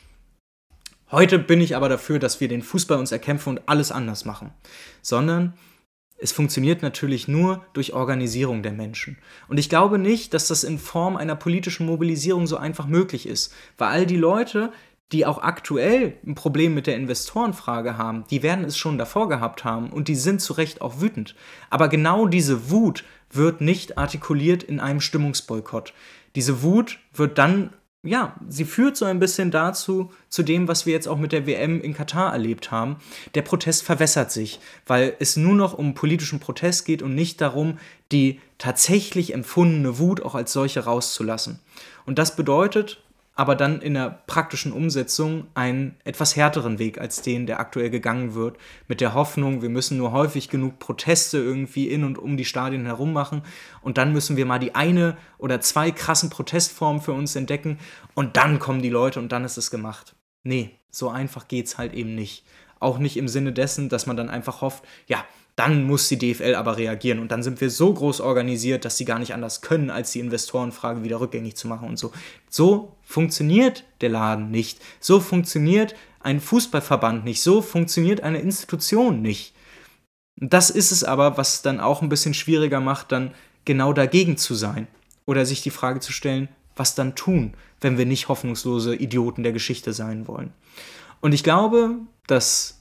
heute bin ich aber dafür, dass wir den Fußball uns erkämpfen und alles anders machen. Sondern es funktioniert natürlich nur durch Organisierung der Menschen. Und ich glaube nicht, dass das in Form einer politischen Mobilisierung so einfach möglich ist, weil all die Leute, die auch aktuell ein Problem mit der Investorenfrage haben, die werden es schon davor gehabt haben und die sind zu Recht auch wütend. Aber genau diese Wut wird nicht artikuliert in einem Stimmungsboykott. Diese Wut wird dann, ja, sie führt so ein bisschen dazu, zu dem, was wir jetzt auch mit der W M in Katar erlebt haben. Der Protest verwässert sich, weil es nur noch um politischen Protest geht und nicht darum, die tatsächlich empfundene Wut auch als solche rauszulassen. Und das bedeutet aber dann in der praktischen Umsetzung einen etwas härteren Weg als den, der aktuell gegangen wird, mit der Hoffnung, wir müssen nur häufig genug Proteste irgendwie in und um die Stadien herum machen und dann müssen wir mal die eine oder zwei krassen Protestformen für uns entdecken und dann kommen die Leute und dann ist es gemacht. Nee, so einfach geht's halt eben nicht. Auch nicht im Sinne dessen, dass man dann einfach hofft, ja, dann muss die D F L aber reagieren und dann sind wir so groß organisiert, dass sie gar nicht anders können, als die Investorenfrage wieder rückgängig zu machen und so. So funktioniert der Laden nicht. So funktioniert ein Fußballverband nicht. So funktioniert eine Institution nicht. Und das ist es aber, was dann auch ein bisschen schwieriger macht, dann genau dagegen zu sein. Oder sich die Frage zu stellen, was dann tun, wenn wir nicht hoffnungslose Idioten der Geschichte sein wollen. Und ich glaube, dass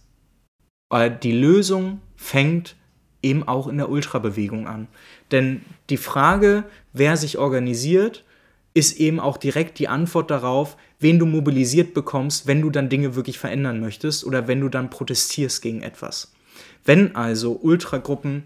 äh, die Lösung fängt eben auch in der Ultrabewegung an. Denn die Frage, wer sich organisiert, ist eben auch direkt die Antwort darauf, wen du mobilisiert bekommst, wenn du dann Dinge wirklich verändern möchtest oder wenn du dann protestierst gegen etwas. Wenn also Ultragruppen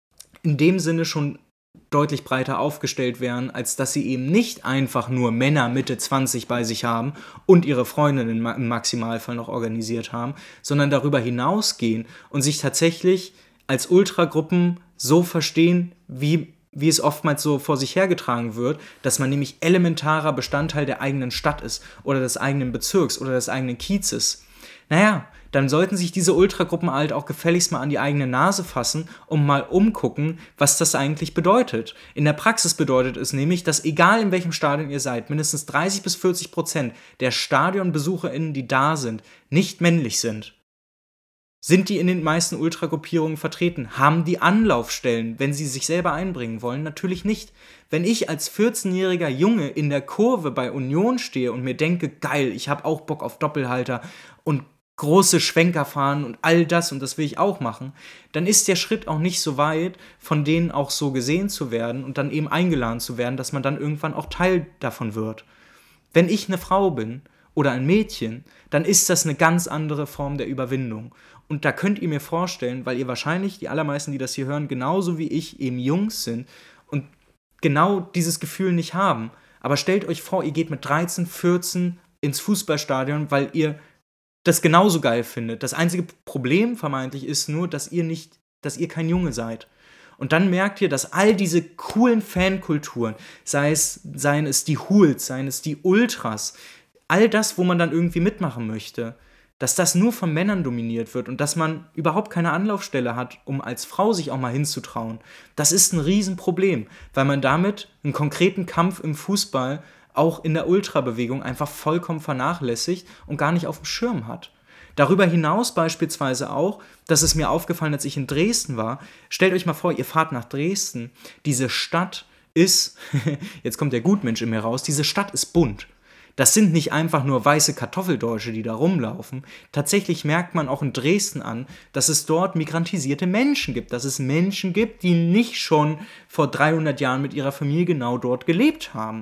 in dem Sinne schon deutlich breiter aufgestellt wären, als dass sie eben nicht einfach nur Männer Mitte zwanzig bei sich haben und ihre Freundinnen im Maximalfall noch organisiert haben, sondern darüber hinausgehen und sich tatsächlich als Ultragruppen so verstehen, wie wie es oftmals so vor sich hergetragen wird, dass man nämlich elementarer Bestandteil der eigenen Stadt ist oder des eigenen Bezirks oder des eigenen Kiezes. Naja, dann sollten sich diese Ultragruppen halt auch gefälligst mal an die eigene Nase fassen und mal umgucken, was das eigentlich bedeutet. In der Praxis bedeutet es nämlich, dass egal in welchem Stadion ihr seid, mindestens dreißig bis vierzig Prozent der StadionbesucherInnen, die da sind, nicht männlich sind. Sind die in den meisten Ultragruppierungen vertreten? Haben die Anlaufstellen, wenn sie sich selber einbringen wollen? Natürlich nicht. Wenn ich als vierzehnjähriger Junge in der Kurve bei Union stehe und mir denke, geil, ich habe auch Bock auf Doppelhalter und große Schwenker fahren und all das und das will ich auch machen, dann ist der Schritt auch nicht so weit, von denen auch so gesehen zu werden und dann eben eingeladen zu werden, dass man dann irgendwann auch Teil davon wird. Wenn ich eine Frau bin oder ein Mädchen, dann ist das eine ganz andere Form der Überwindung. Und da könnt ihr mir vorstellen, weil ihr wahrscheinlich, die allermeisten, die das hier hören, genauso wie ich eben Jungs sind und genau dieses Gefühl nicht haben. Aber stellt euch vor, ihr geht mit dreizehn, vierzehn ins Fußballstadion, weil ihr das genauso geil findet. Das einzige Problem vermeintlich ist nur, dass ihr nicht, dass ihr kein Junge seid. Und dann merkt ihr, dass all diese coolen Fankulturen, sei es, seien es die Hools, seien es die Ultras, all das, wo man dann irgendwie mitmachen möchte, dass das nur von Männern dominiert wird und dass man überhaupt keine Anlaufstelle hat, um als Frau sich auch mal hinzutrauen. Das ist ein Riesenproblem, weil man damit einen konkreten Kampf im Fußball auch in der Ultrabewegung einfach vollkommen vernachlässigt und gar nicht auf dem Schirm hat. Darüber hinaus beispielsweise auch, das ist mir aufgefallen, als ich in Dresden war, stellt euch mal vor, ihr fahrt nach Dresden, diese Stadt ist, jetzt kommt der Gutmensch in mir raus, diese Stadt ist bunt. Das sind nicht einfach nur weiße Kartoffeldeutsche, die da rumlaufen. Tatsächlich merkt man auch in Dresden an, dass es dort migrantisierte Menschen gibt. Dass es Menschen gibt, die nicht schon vor dreihundert Jahren mit ihrer Familie genau dort gelebt haben.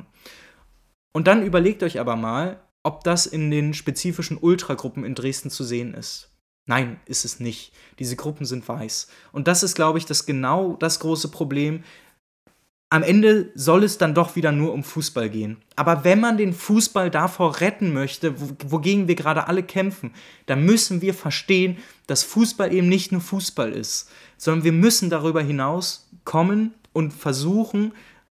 Und dann überlegt euch aber mal, ob das in den spezifischen Ultragruppen in Dresden zu sehen ist. Nein, ist es nicht. Diese Gruppen sind weiß. Und das ist, glaube ich, das genau das große Problem. Am Ende soll es dann doch wieder nur um Fußball gehen. Aber wenn man den Fußball davor retten möchte, wogegen wir gerade alle kämpfen, dann müssen wir verstehen, dass Fußball eben nicht nur Fußball ist, sondern wir müssen darüber hinaus kommen und versuchen,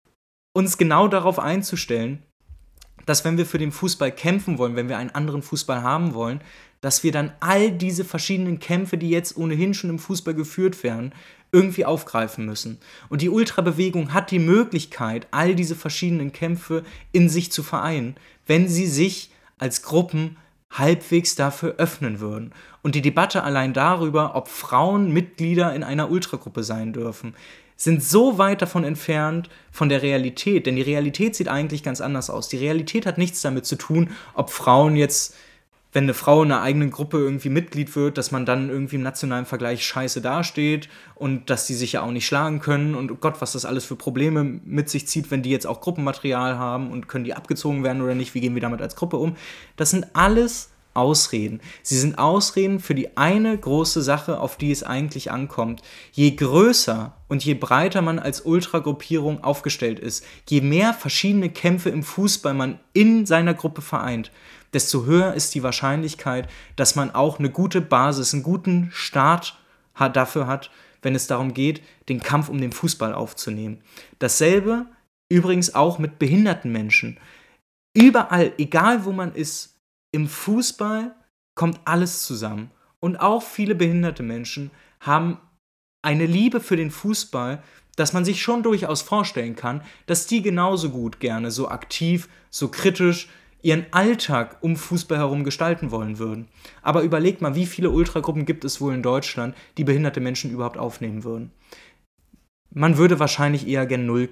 uns genau darauf einzustellen, dass wenn wir für den Fußball kämpfen wollen, wenn wir einen anderen Fußball haben wollen, dass wir dann all diese verschiedenen Kämpfe, die jetzt ohnehin schon im Fußball geführt werden, irgendwie aufgreifen müssen. Und die Ultrabewegung hat die Möglichkeit, all diese verschiedenen Kämpfe in sich zu vereinen, wenn sie sich als Gruppen halbwegs dafür öffnen würden. Und die Debatte allein darüber, ob Frauen Mitglieder in einer Ultragruppe sein dürfen, sind so weit davon entfernt von der Realität, denn die Realität sieht eigentlich ganz anders aus. Die Realität hat nichts damit zu tun, ob Frauen jetzt, wenn eine Frau in einer eigenen Gruppe irgendwie Mitglied wird, dass man dann irgendwie im nationalen Vergleich scheiße dasteht und dass die sich ja auch nicht schlagen können und oh Gott, was das alles für Probleme mit sich zieht, wenn die jetzt auch Gruppenmaterial haben und können die abgezogen werden oder nicht, wie gehen wir damit als Gruppe um. Das sind alles Ausreden. Sie sind Ausreden für die eine große Sache, auf die es eigentlich ankommt. Je größer und je breiter man als Ultragruppierung aufgestellt ist, je mehr verschiedene Kämpfe im Fußball man in seiner Gruppe vereint, desto höher ist die Wahrscheinlichkeit, dass man auch eine gute Basis, einen guten Start hat, dafür hat, wenn es darum geht, den Kampf um den Fußball aufzunehmen. Dasselbe übrigens auch mit behinderten Menschen. Überall, egal wo man ist, im Fußball kommt alles zusammen. Und auch viele behinderte Menschen haben eine Liebe für den Fußball, dass man sich schon durchaus vorstellen kann, dass die genauso gut gerne so aktiv, so kritisch ihren Alltag um Fußball herum gestalten wollen würden. Aber überlegt mal, wie viele Ultragruppen gibt es wohl in Deutschland, die behinderte Menschen überhaupt aufnehmen würden. Man würde wahrscheinlich eher gern null kommen.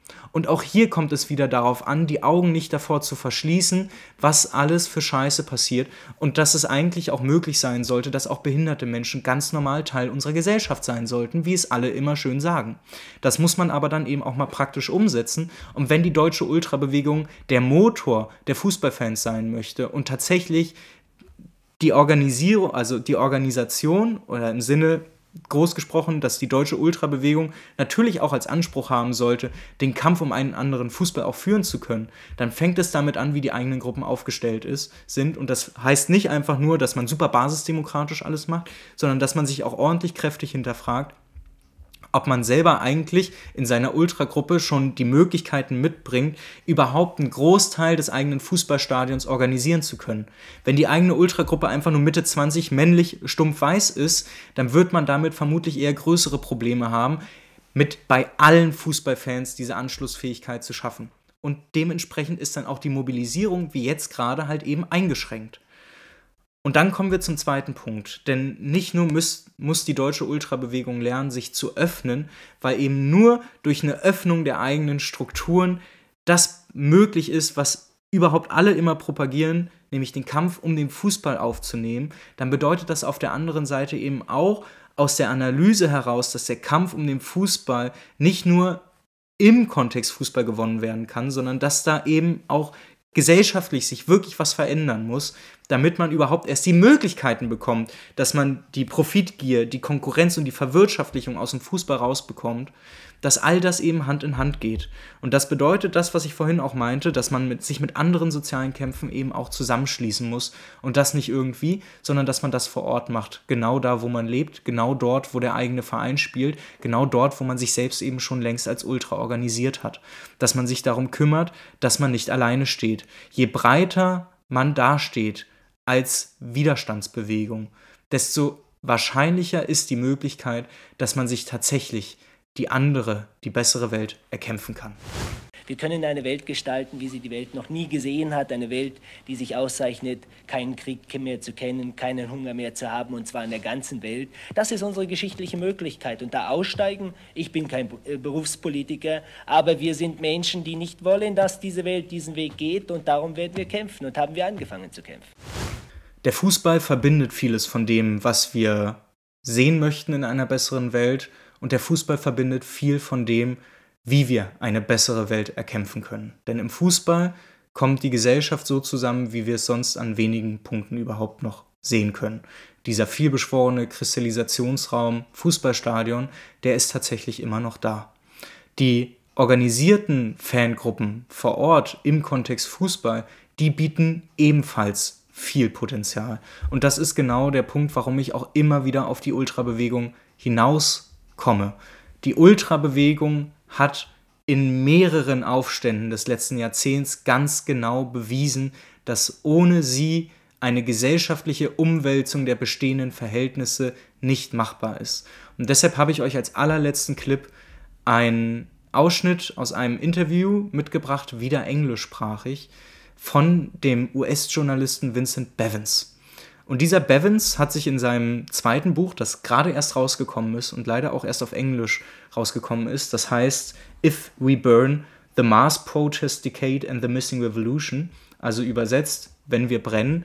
Und auch hier kommt es wieder darauf an, die Augen nicht davor zu verschließen, was alles für Scheiße passiert und dass es eigentlich auch möglich sein sollte, dass auch behinderte Menschen ganz normal Teil unserer Gesellschaft sein sollten, wie es alle immer schön sagen. Das muss man aber dann eben auch mal praktisch umsetzen. Und wenn die deutsche Ultrabewegung der Motor der Fußballfans sein möchte und tatsächlich die Organisierung, also die Organisation oder im Sinne groß gesprochen, dass die deutsche Ultrabewegung natürlich auch als Anspruch haben sollte, den Kampf um einen anderen Fußball auch führen zu können, dann fängt es damit an, wie die eigenen Gruppen aufgestellt ist, sind. Und das heißt nicht einfach nur, dass man super basisdemokratisch alles macht, sondern dass man sich auch ordentlich kräftig hinterfragt, ob man selber eigentlich in seiner Ultragruppe schon die Möglichkeiten mitbringt, überhaupt einen Großteil des eigenen Fußballstadions organisieren zu können. Wenn die eigene Ultragruppe einfach nur Mitte zwanzig männlich stumpf weiß ist, dann wird man damit vermutlich eher größere Probleme haben, mit bei allen Fußballfans diese Anschlussfähigkeit zu schaffen. Und dementsprechend ist dann auch die Mobilisierung, wie jetzt gerade, halt eben eingeschränkt. Und dann kommen wir zum zweiten Punkt, denn nicht nur muss, muss die deutsche Ultrabewegung lernen, sich zu öffnen, weil eben nur durch eine Öffnung der eigenen Strukturen das möglich ist, was überhaupt alle immer propagieren, nämlich den Kampf um den Fußball aufzunehmen. Dann bedeutet das auf der anderen Seite eben auch aus der Analyse heraus, dass der Kampf um den Fußball nicht nur im Kontext Fußball gewonnen werden kann, sondern dass da eben auch gesellschaftlich sich wirklich was verändern muss, damit man überhaupt erst die Möglichkeiten bekommt, dass man die Profitgier, die Konkurrenz und die Verwirtschaftlichung aus dem Fußball rausbekommt, dass all das eben Hand in Hand geht. Und das bedeutet das, was ich vorhin auch meinte, dass man mit, sich mit anderen sozialen Kämpfen eben auch zusammenschließen muss und das nicht irgendwie, sondern dass man das vor Ort macht, genau da, wo man lebt, genau dort, wo der eigene Verein spielt, genau dort, wo man sich selbst eben schon längst als Ultra organisiert hat. Dass man sich darum kümmert, dass man nicht alleine steht. Je breiter man dasteht als Widerstandsbewegung, desto wahrscheinlicher ist die Möglichkeit, dass man sich tatsächlich die andere, die bessere Welt erkämpfen kann. Wir können eine Welt gestalten, wie sie die Welt noch nie gesehen hat. Eine Welt, die sich auszeichnet, keinen Krieg mehr zu kennen, keinen Hunger mehr zu haben, und zwar in der ganzen Welt. Das ist unsere geschichtliche Möglichkeit. Und da aussteigen, ich bin kein Berufspolitiker, aber wir sind Menschen, die nicht wollen, dass diese Welt diesen Weg geht. Und darum werden wir kämpfen und haben wir angefangen zu kämpfen. Der Fußball verbindet vieles von dem, was wir sehen möchten in einer besseren Welt. Und der Fußball verbindet viel von dem, wie wir eine bessere Welt erkämpfen können. Denn im Fußball kommt die Gesellschaft so zusammen, wie wir es sonst an wenigen Punkten überhaupt noch sehen können. Dieser vielbeschworene Kristallisationsraum, Fußballstadion, der ist tatsächlich immer noch da. Die organisierten Fangruppen vor Ort im Kontext Fußball, die bieten ebenfalls viel Potenzial. Und das ist genau der Punkt, warum ich auch immer wieder auf die Ultrabewegung hinauskomme. Die Ultrabewegung hat in mehreren Aufständen des letzten Jahrzehnts ganz genau bewiesen, dass ohne sie eine gesellschaftliche Umwälzung der bestehenden Verhältnisse nicht machbar ist. Und deshalb habe ich euch als allerletzten Clip einen Ausschnitt aus einem Interview mitgebracht, wieder englischsprachig, von dem U S-Journalisten Vincent Bevins. Und dieser Bevins hat sich in seinem zweiten Buch, das gerade erst rausgekommen ist und leider auch erst auf Englisch rausgekommen ist, das heißt If We Burn, The Mass Protest Decade and the Missing Revolution, also übersetzt, wenn wir brennen,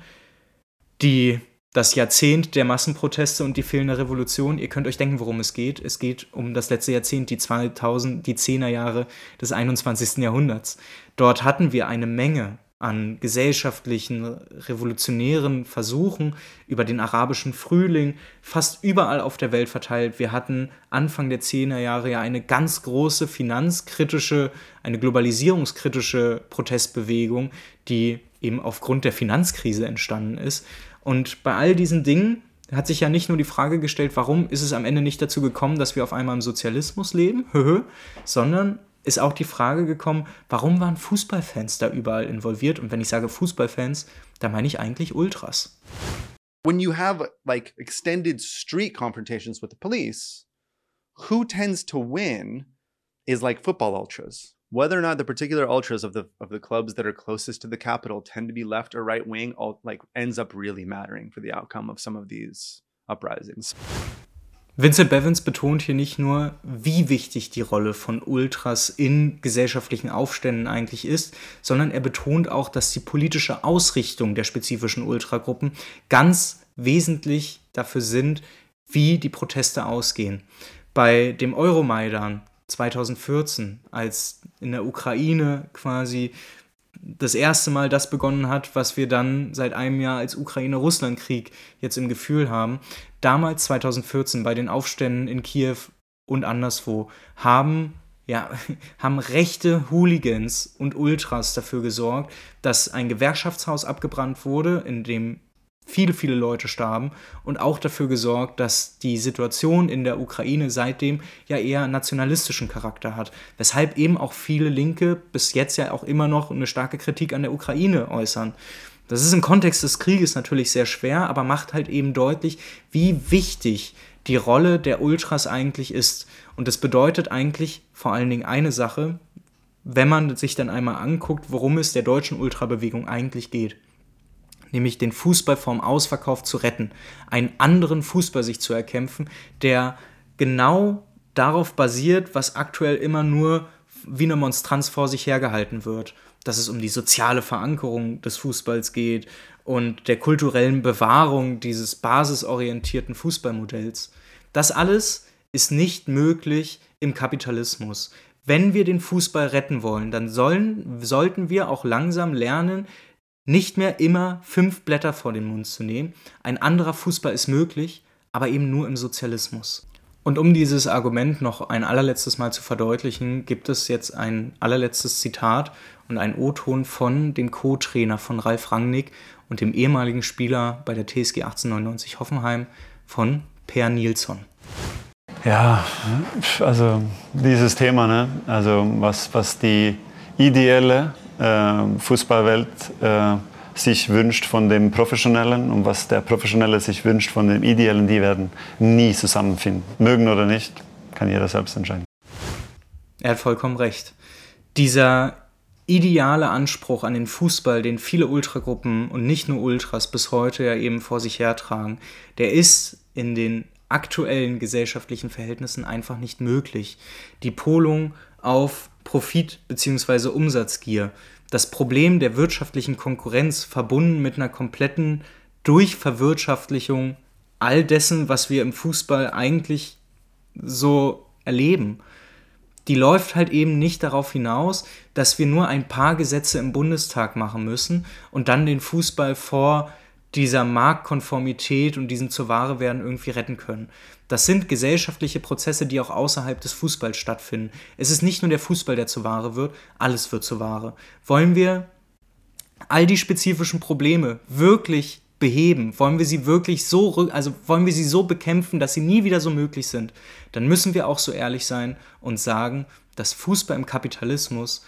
die, das Jahrzehnt der Massenproteste und die fehlende Revolution. Ihr könnt euch denken, worum es geht. Es geht um das letzte Jahrzehnt, die zweitausend, die Zehnerjahre des einundzwanzigsten Jahrhunderts. Dort hatten wir eine Menge an gesellschaftlichen, revolutionären Versuchen über den arabischen Frühling fast überall auf der Welt verteilt. Wir hatten Anfang der Zehnerjahre ja eine ganz große finanzkritische, eine globalisierungskritische Protestbewegung, die eben aufgrund der Finanzkrise entstanden ist. Und bei all diesen Dingen hat sich ja nicht nur die Frage gestellt, warum ist es am Ende nicht dazu gekommen, dass wir auf einmal im Sozialismus leben, sondern ist auch die Frage gekommen, warum waren Fußballfans da überall involviert? Und wenn ich sage Fußballfans, da meine ich eigentlich Ultras. When you have like extended street confrontations with the police, who tends to win is like football ultras. Whether or not the particular ultras of the of the clubs that are closest to the capital tend to be left or right wing, all, like ends up really mattering for the outcome of some of these uprisings. Vincent Bevins betont hier nicht nur, wie wichtig die Rolle von Ultras in gesellschaftlichen Aufständen eigentlich ist, sondern er betont auch, dass die politische Ausrichtung der spezifischen Ultragruppen ganz wesentlich dafür sind, wie die Proteste ausgehen. Bei dem Euromaidan zweitausendvierzehn, als in der Ukraine quasi das erste Mal das begonnen hat, was wir dann seit einem Jahr als Ukraine-Russland-Krieg jetzt im Gefühl haben. Damals, zweitausendvierzehn, bei den Aufständen in Kiew und anderswo, haben, ja, haben rechte Hooligans und Ultras dafür gesorgt, dass ein Gewerkschaftshaus abgebrannt wurde, in dem viele, viele Leute starben, und auch dafür gesorgt, dass die Situation in der Ukraine seitdem ja eher nationalistischen Charakter hat, weshalb eben auch viele Linke bis jetzt ja auch immer noch eine starke Kritik an der Ukraine äußern. Das ist im Kontext des Krieges natürlich sehr schwer, aber macht halt eben deutlich, wie wichtig die Rolle der Ultras eigentlich ist. Und das bedeutet eigentlich vor allen Dingen eine Sache, wenn man sich dann einmal anguckt, worum es der deutschen Ultrabewegung eigentlich geht. Nämlich den Fußball vorm Ausverkauf zu retten, einen anderen Fußball sich zu erkämpfen, der genau darauf basiert, was aktuell immer nur wie eine Monstranz vor sich hergehalten wird, dass es um die soziale Verankerung des Fußballs geht und der kulturellen Bewahrung dieses basisorientierten Fußballmodells. Das alles ist nicht möglich im Kapitalismus. Wenn wir den Fußball retten wollen, dann sollen, sollten wir auch langsam lernen, nicht mehr immer fünf Blätter vor den Mund zu nehmen. Ein anderer Fußball ist möglich, aber eben nur im Sozialismus. Und um dieses Argument noch ein allerletztes Mal zu verdeutlichen, gibt es jetzt ein allerletztes Zitat und ein O-Ton von dem Co-Trainer von Ralf Rangnick und dem ehemaligen Spieler bei der T S G achtzehnhundertneunundneunzig Hoffenheim, von Per Nilsson. Ja, also dieses Thema, ne? Also was, was die ideelle äh, Fußballwelt äh, sich wünscht von dem Professionellen und was der Professionelle sich wünscht von dem Ideellen, die werden nie zusammenfinden. Mögen oder nicht, kann jeder selbst entscheiden. Er hat vollkommen recht. Dieser ideale Anspruch an den Fußball, den viele Ultragruppen und nicht nur Ultras bis heute ja eben vor sich hertragen, der ist in den aktuellen gesellschaftlichen Verhältnissen einfach nicht möglich. Die Polung auf Profit bzw. Umsatzgier, das Problem der wirtschaftlichen Konkurrenz verbunden mit einer kompletten Durchverwirtschaftlichung all dessen, was wir im Fußball eigentlich so erleben, die läuft halt eben nicht darauf hinaus, dass wir nur ein paar Gesetze im Bundestag machen müssen und dann den Fußball vor dieser Marktkonformität und diesem zur Ware werden irgendwie retten können. Das sind gesellschaftliche Prozesse, die auch außerhalb des Fußballs stattfinden. Es ist nicht nur der Fußball, der zur Ware wird, alles wird zur Ware. Wollen wir all die spezifischen Probleme wirklich beheben, wollen wir sie wirklich so, also wollen wir sie so bekämpfen, dass sie nie wieder so möglich sind, dann müssen wir auch so ehrlich sein und sagen, dass Fußball im Kapitalismus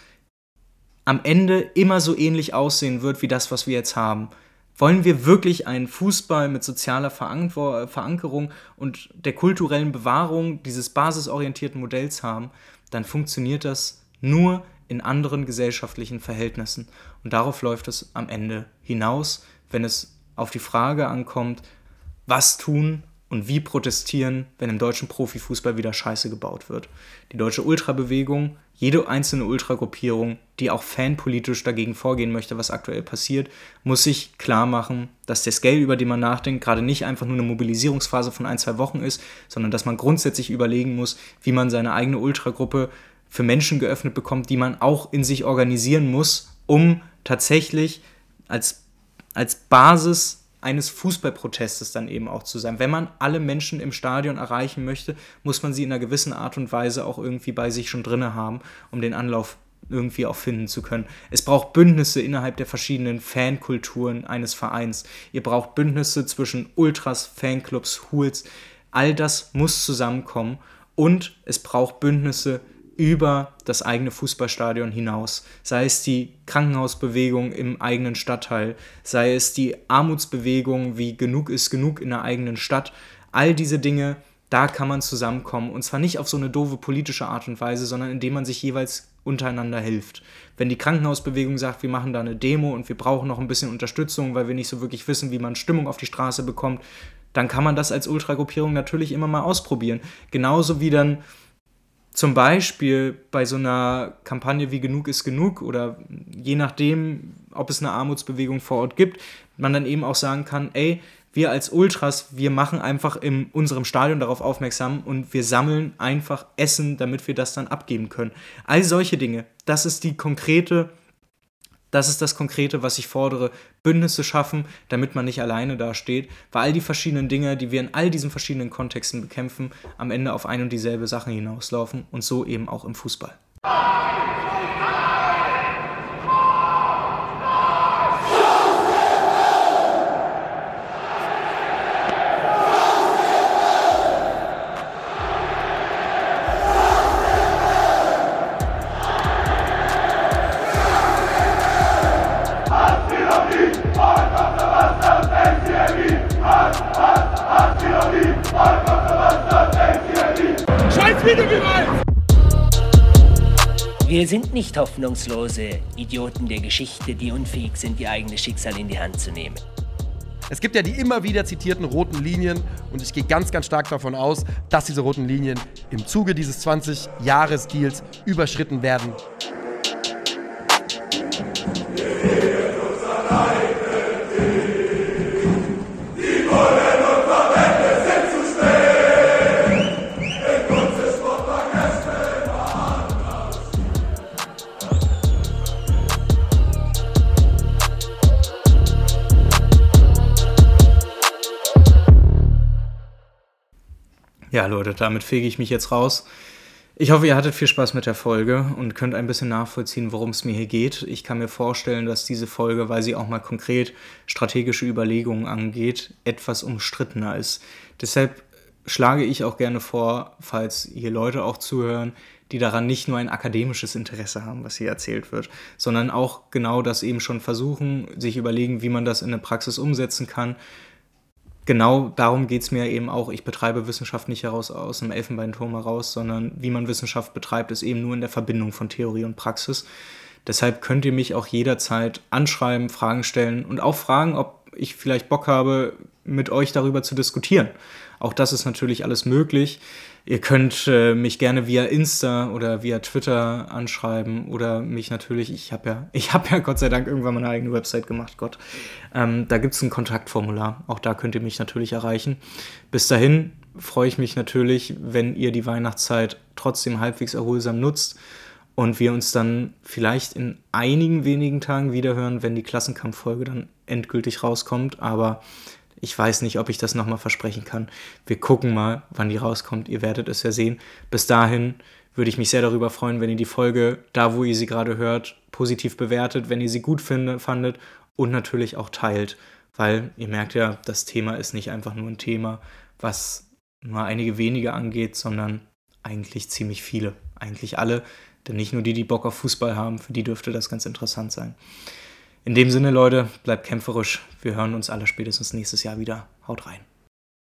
am Ende immer so ähnlich aussehen wird wie das, was wir jetzt haben. Wollen wir wirklich einen Fußball mit sozialer Verankerung und der kulturellen Bewahrung dieses basisorientierten Modells haben, dann funktioniert das nur in anderen gesellschaftlichen Verhältnissen. Und darauf läuft es am Ende hinaus, wenn es auf die Frage ankommt, was tun und wie protestieren, wenn im deutschen Profifußball wieder Scheiße gebaut wird. Die deutsche Ultrabewegung, jede einzelne Ultragruppierung, die auch fanpolitisch dagegen vorgehen möchte, was aktuell passiert, muss sich klar machen, dass der Scale, über den man nachdenkt, gerade nicht einfach nur eine Mobilisierungsphase von ein, zwei Wochen ist, sondern dass man grundsätzlich überlegen muss, wie man seine eigene Ultragruppe für Menschen geöffnet bekommt, die man auch in sich organisieren muss, um tatsächlich als, als Basis eines Fußballprotestes dann eben auch zu sein. Wenn man alle Menschen im Stadion erreichen möchte, muss man sie in einer gewissen Art und Weise auch irgendwie bei sich schon drinne haben, um den Anlauf irgendwie auch finden zu können. Es braucht Bündnisse innerhalb der verschiedenen Fankulturen eines Vereins. Ihr braucht Bündnisse zwischen Ultras, Fanclubs, Hools. All das muss zusammenkommen und es braucht Bündnisse über das eigene Fußballstadion hinaus. Sei es die Krankenhausbewegung im eigenen Stadtteil, sei es die Armutsbewegung wie Genug ist genug in der eigenen Stadt. All diese Dinge, da kann man zusammenkommen. Und zwar nicht auf so eine doofe politische Art und Weise, sondern indem man sich jeweils untereinander hilft. Wenn die Krankenhausbewegung sagt, wir machen da eine Demo und wir brauchen noch ein bisschen Unterstützung, weil wir nicht so wirklich wissen, wie man Stimmung auf die Straße bekommt, dann kann man das als Ultragruppierung natürlich immer mal ausprobieren. Genauso wie dann zum Beispiel bei so einer Kampagne wie Genug ist genug oder je nachdem, ob es eine Armutsbewegung vor Ort gibt, man dann eben auch sagen kann, ey, wir als Ultras, wir machen einfach in unserem Stadion darauf aufmerksam und wir sammeln einfach Essen, damit wir das dann abgeben können. All solche Dinge, das ist die konkrete, das ist das Konkrete, was ich fordere, Bündnisse schaffen, damit man nicht alleine dasteht, weil all die verschiedenen Dinge, die wir in all diesen verschiedenen Kontexten bekämpfen, am Ende auf ein und dieselbe Sache hinauslaufen und so eben auch im Fußball. Wir sind nicht hoffnungslose Idioten der Geschichte, die unfähig sind, ihr eigenes Schicksal in die Hand zu nehmen. Es gibt ja die immer wieder zitierten roten Linien und ich gehe ganz, ganz stark davon aus, dass diese roten Linien im Zuge dieses zwanzig-Jahres-Deals überschritten werden. Ja, Leute, damit fege ich mich jetzt raus. Ich hoffe, ihr hattet viel Spaß mit der Folge und könnt ein bisschen nachvollziehen, worum es mir hier geht. Ich kann mir vorstellen, dass diese Folge, weil sie auch mal konkret strategische Überlegungen angeht, etwas umstrittener ist. Deshalb schlage ich auch gerne vor, falls hier Leute auch zuhören, die daran nicht nur ein akademisches Interesse haben, was hier erzählt wird, sondern auch genau das eben schon versuchen, sich überlegen, wie man das in der Praxis umsetzen kann. Genau darum geht es mir eben auch. Ich betreibe Wissenschaft nicht heraus aus dem Elfenbeinturm heraus, sondern wie man Wissenschaft betreibt, ist eben nur in der Verbindung von Theorie und Praxis. Deshalb könnt ihr mich auch jederzeit anschreiben, Fragen stellen und auch fragen, ob ich vielleicht Bock habe, mit euch darüber zu diskutieren. Auch das ist natürlich alles möglich. Ihr könnt äh, mich gerne via Insta oder via Twitter anschreiben oder mich natürlich, ich habe ja, ich habe ja Gott sei Dank irgendwann meine eigene Website gemacht, Gott. Ähm, da gibt es ein Kontaktformular, auch da könnt ihr mich natürlich erreichen. Bis dahin freue ich mich natürlich, wenn ihr die Weihnachtszeit trotzdem halbwegs erholsam nutzt und wir uns dann vielleicht in einigen wenigen Tagen wiederhören, wenn die Klassenkampffolge dann endgültig rauskommt, aber ich weiß nicht, ob ich das nochmal versprechen kann. Wir gucken mal, wann die rauskommt. Ihr werdet es ja sehen. Bis dahin würde ich mich sehr darüber freuen, wenn ihr die Folge, da wo ihr sie gerade hört, positiv bewertet, wenn ihr sie gut finde, fandet und natürlich auch teilt. Weil ihr merkt ja, das Thema ist nicht einfach nur ein Thema, was nur einige wenige angeht, sondern eigentlich ziemlich viele. Eigentlich alle, denn nicht nur die, die Bock auf Fußball haben, für die dürfte das ganz interessant sein. In dem Sinne, Leute, bleibt kämpferisch. Wir hören uns alle spätestens nächstes Jahr wieder. Haut rein.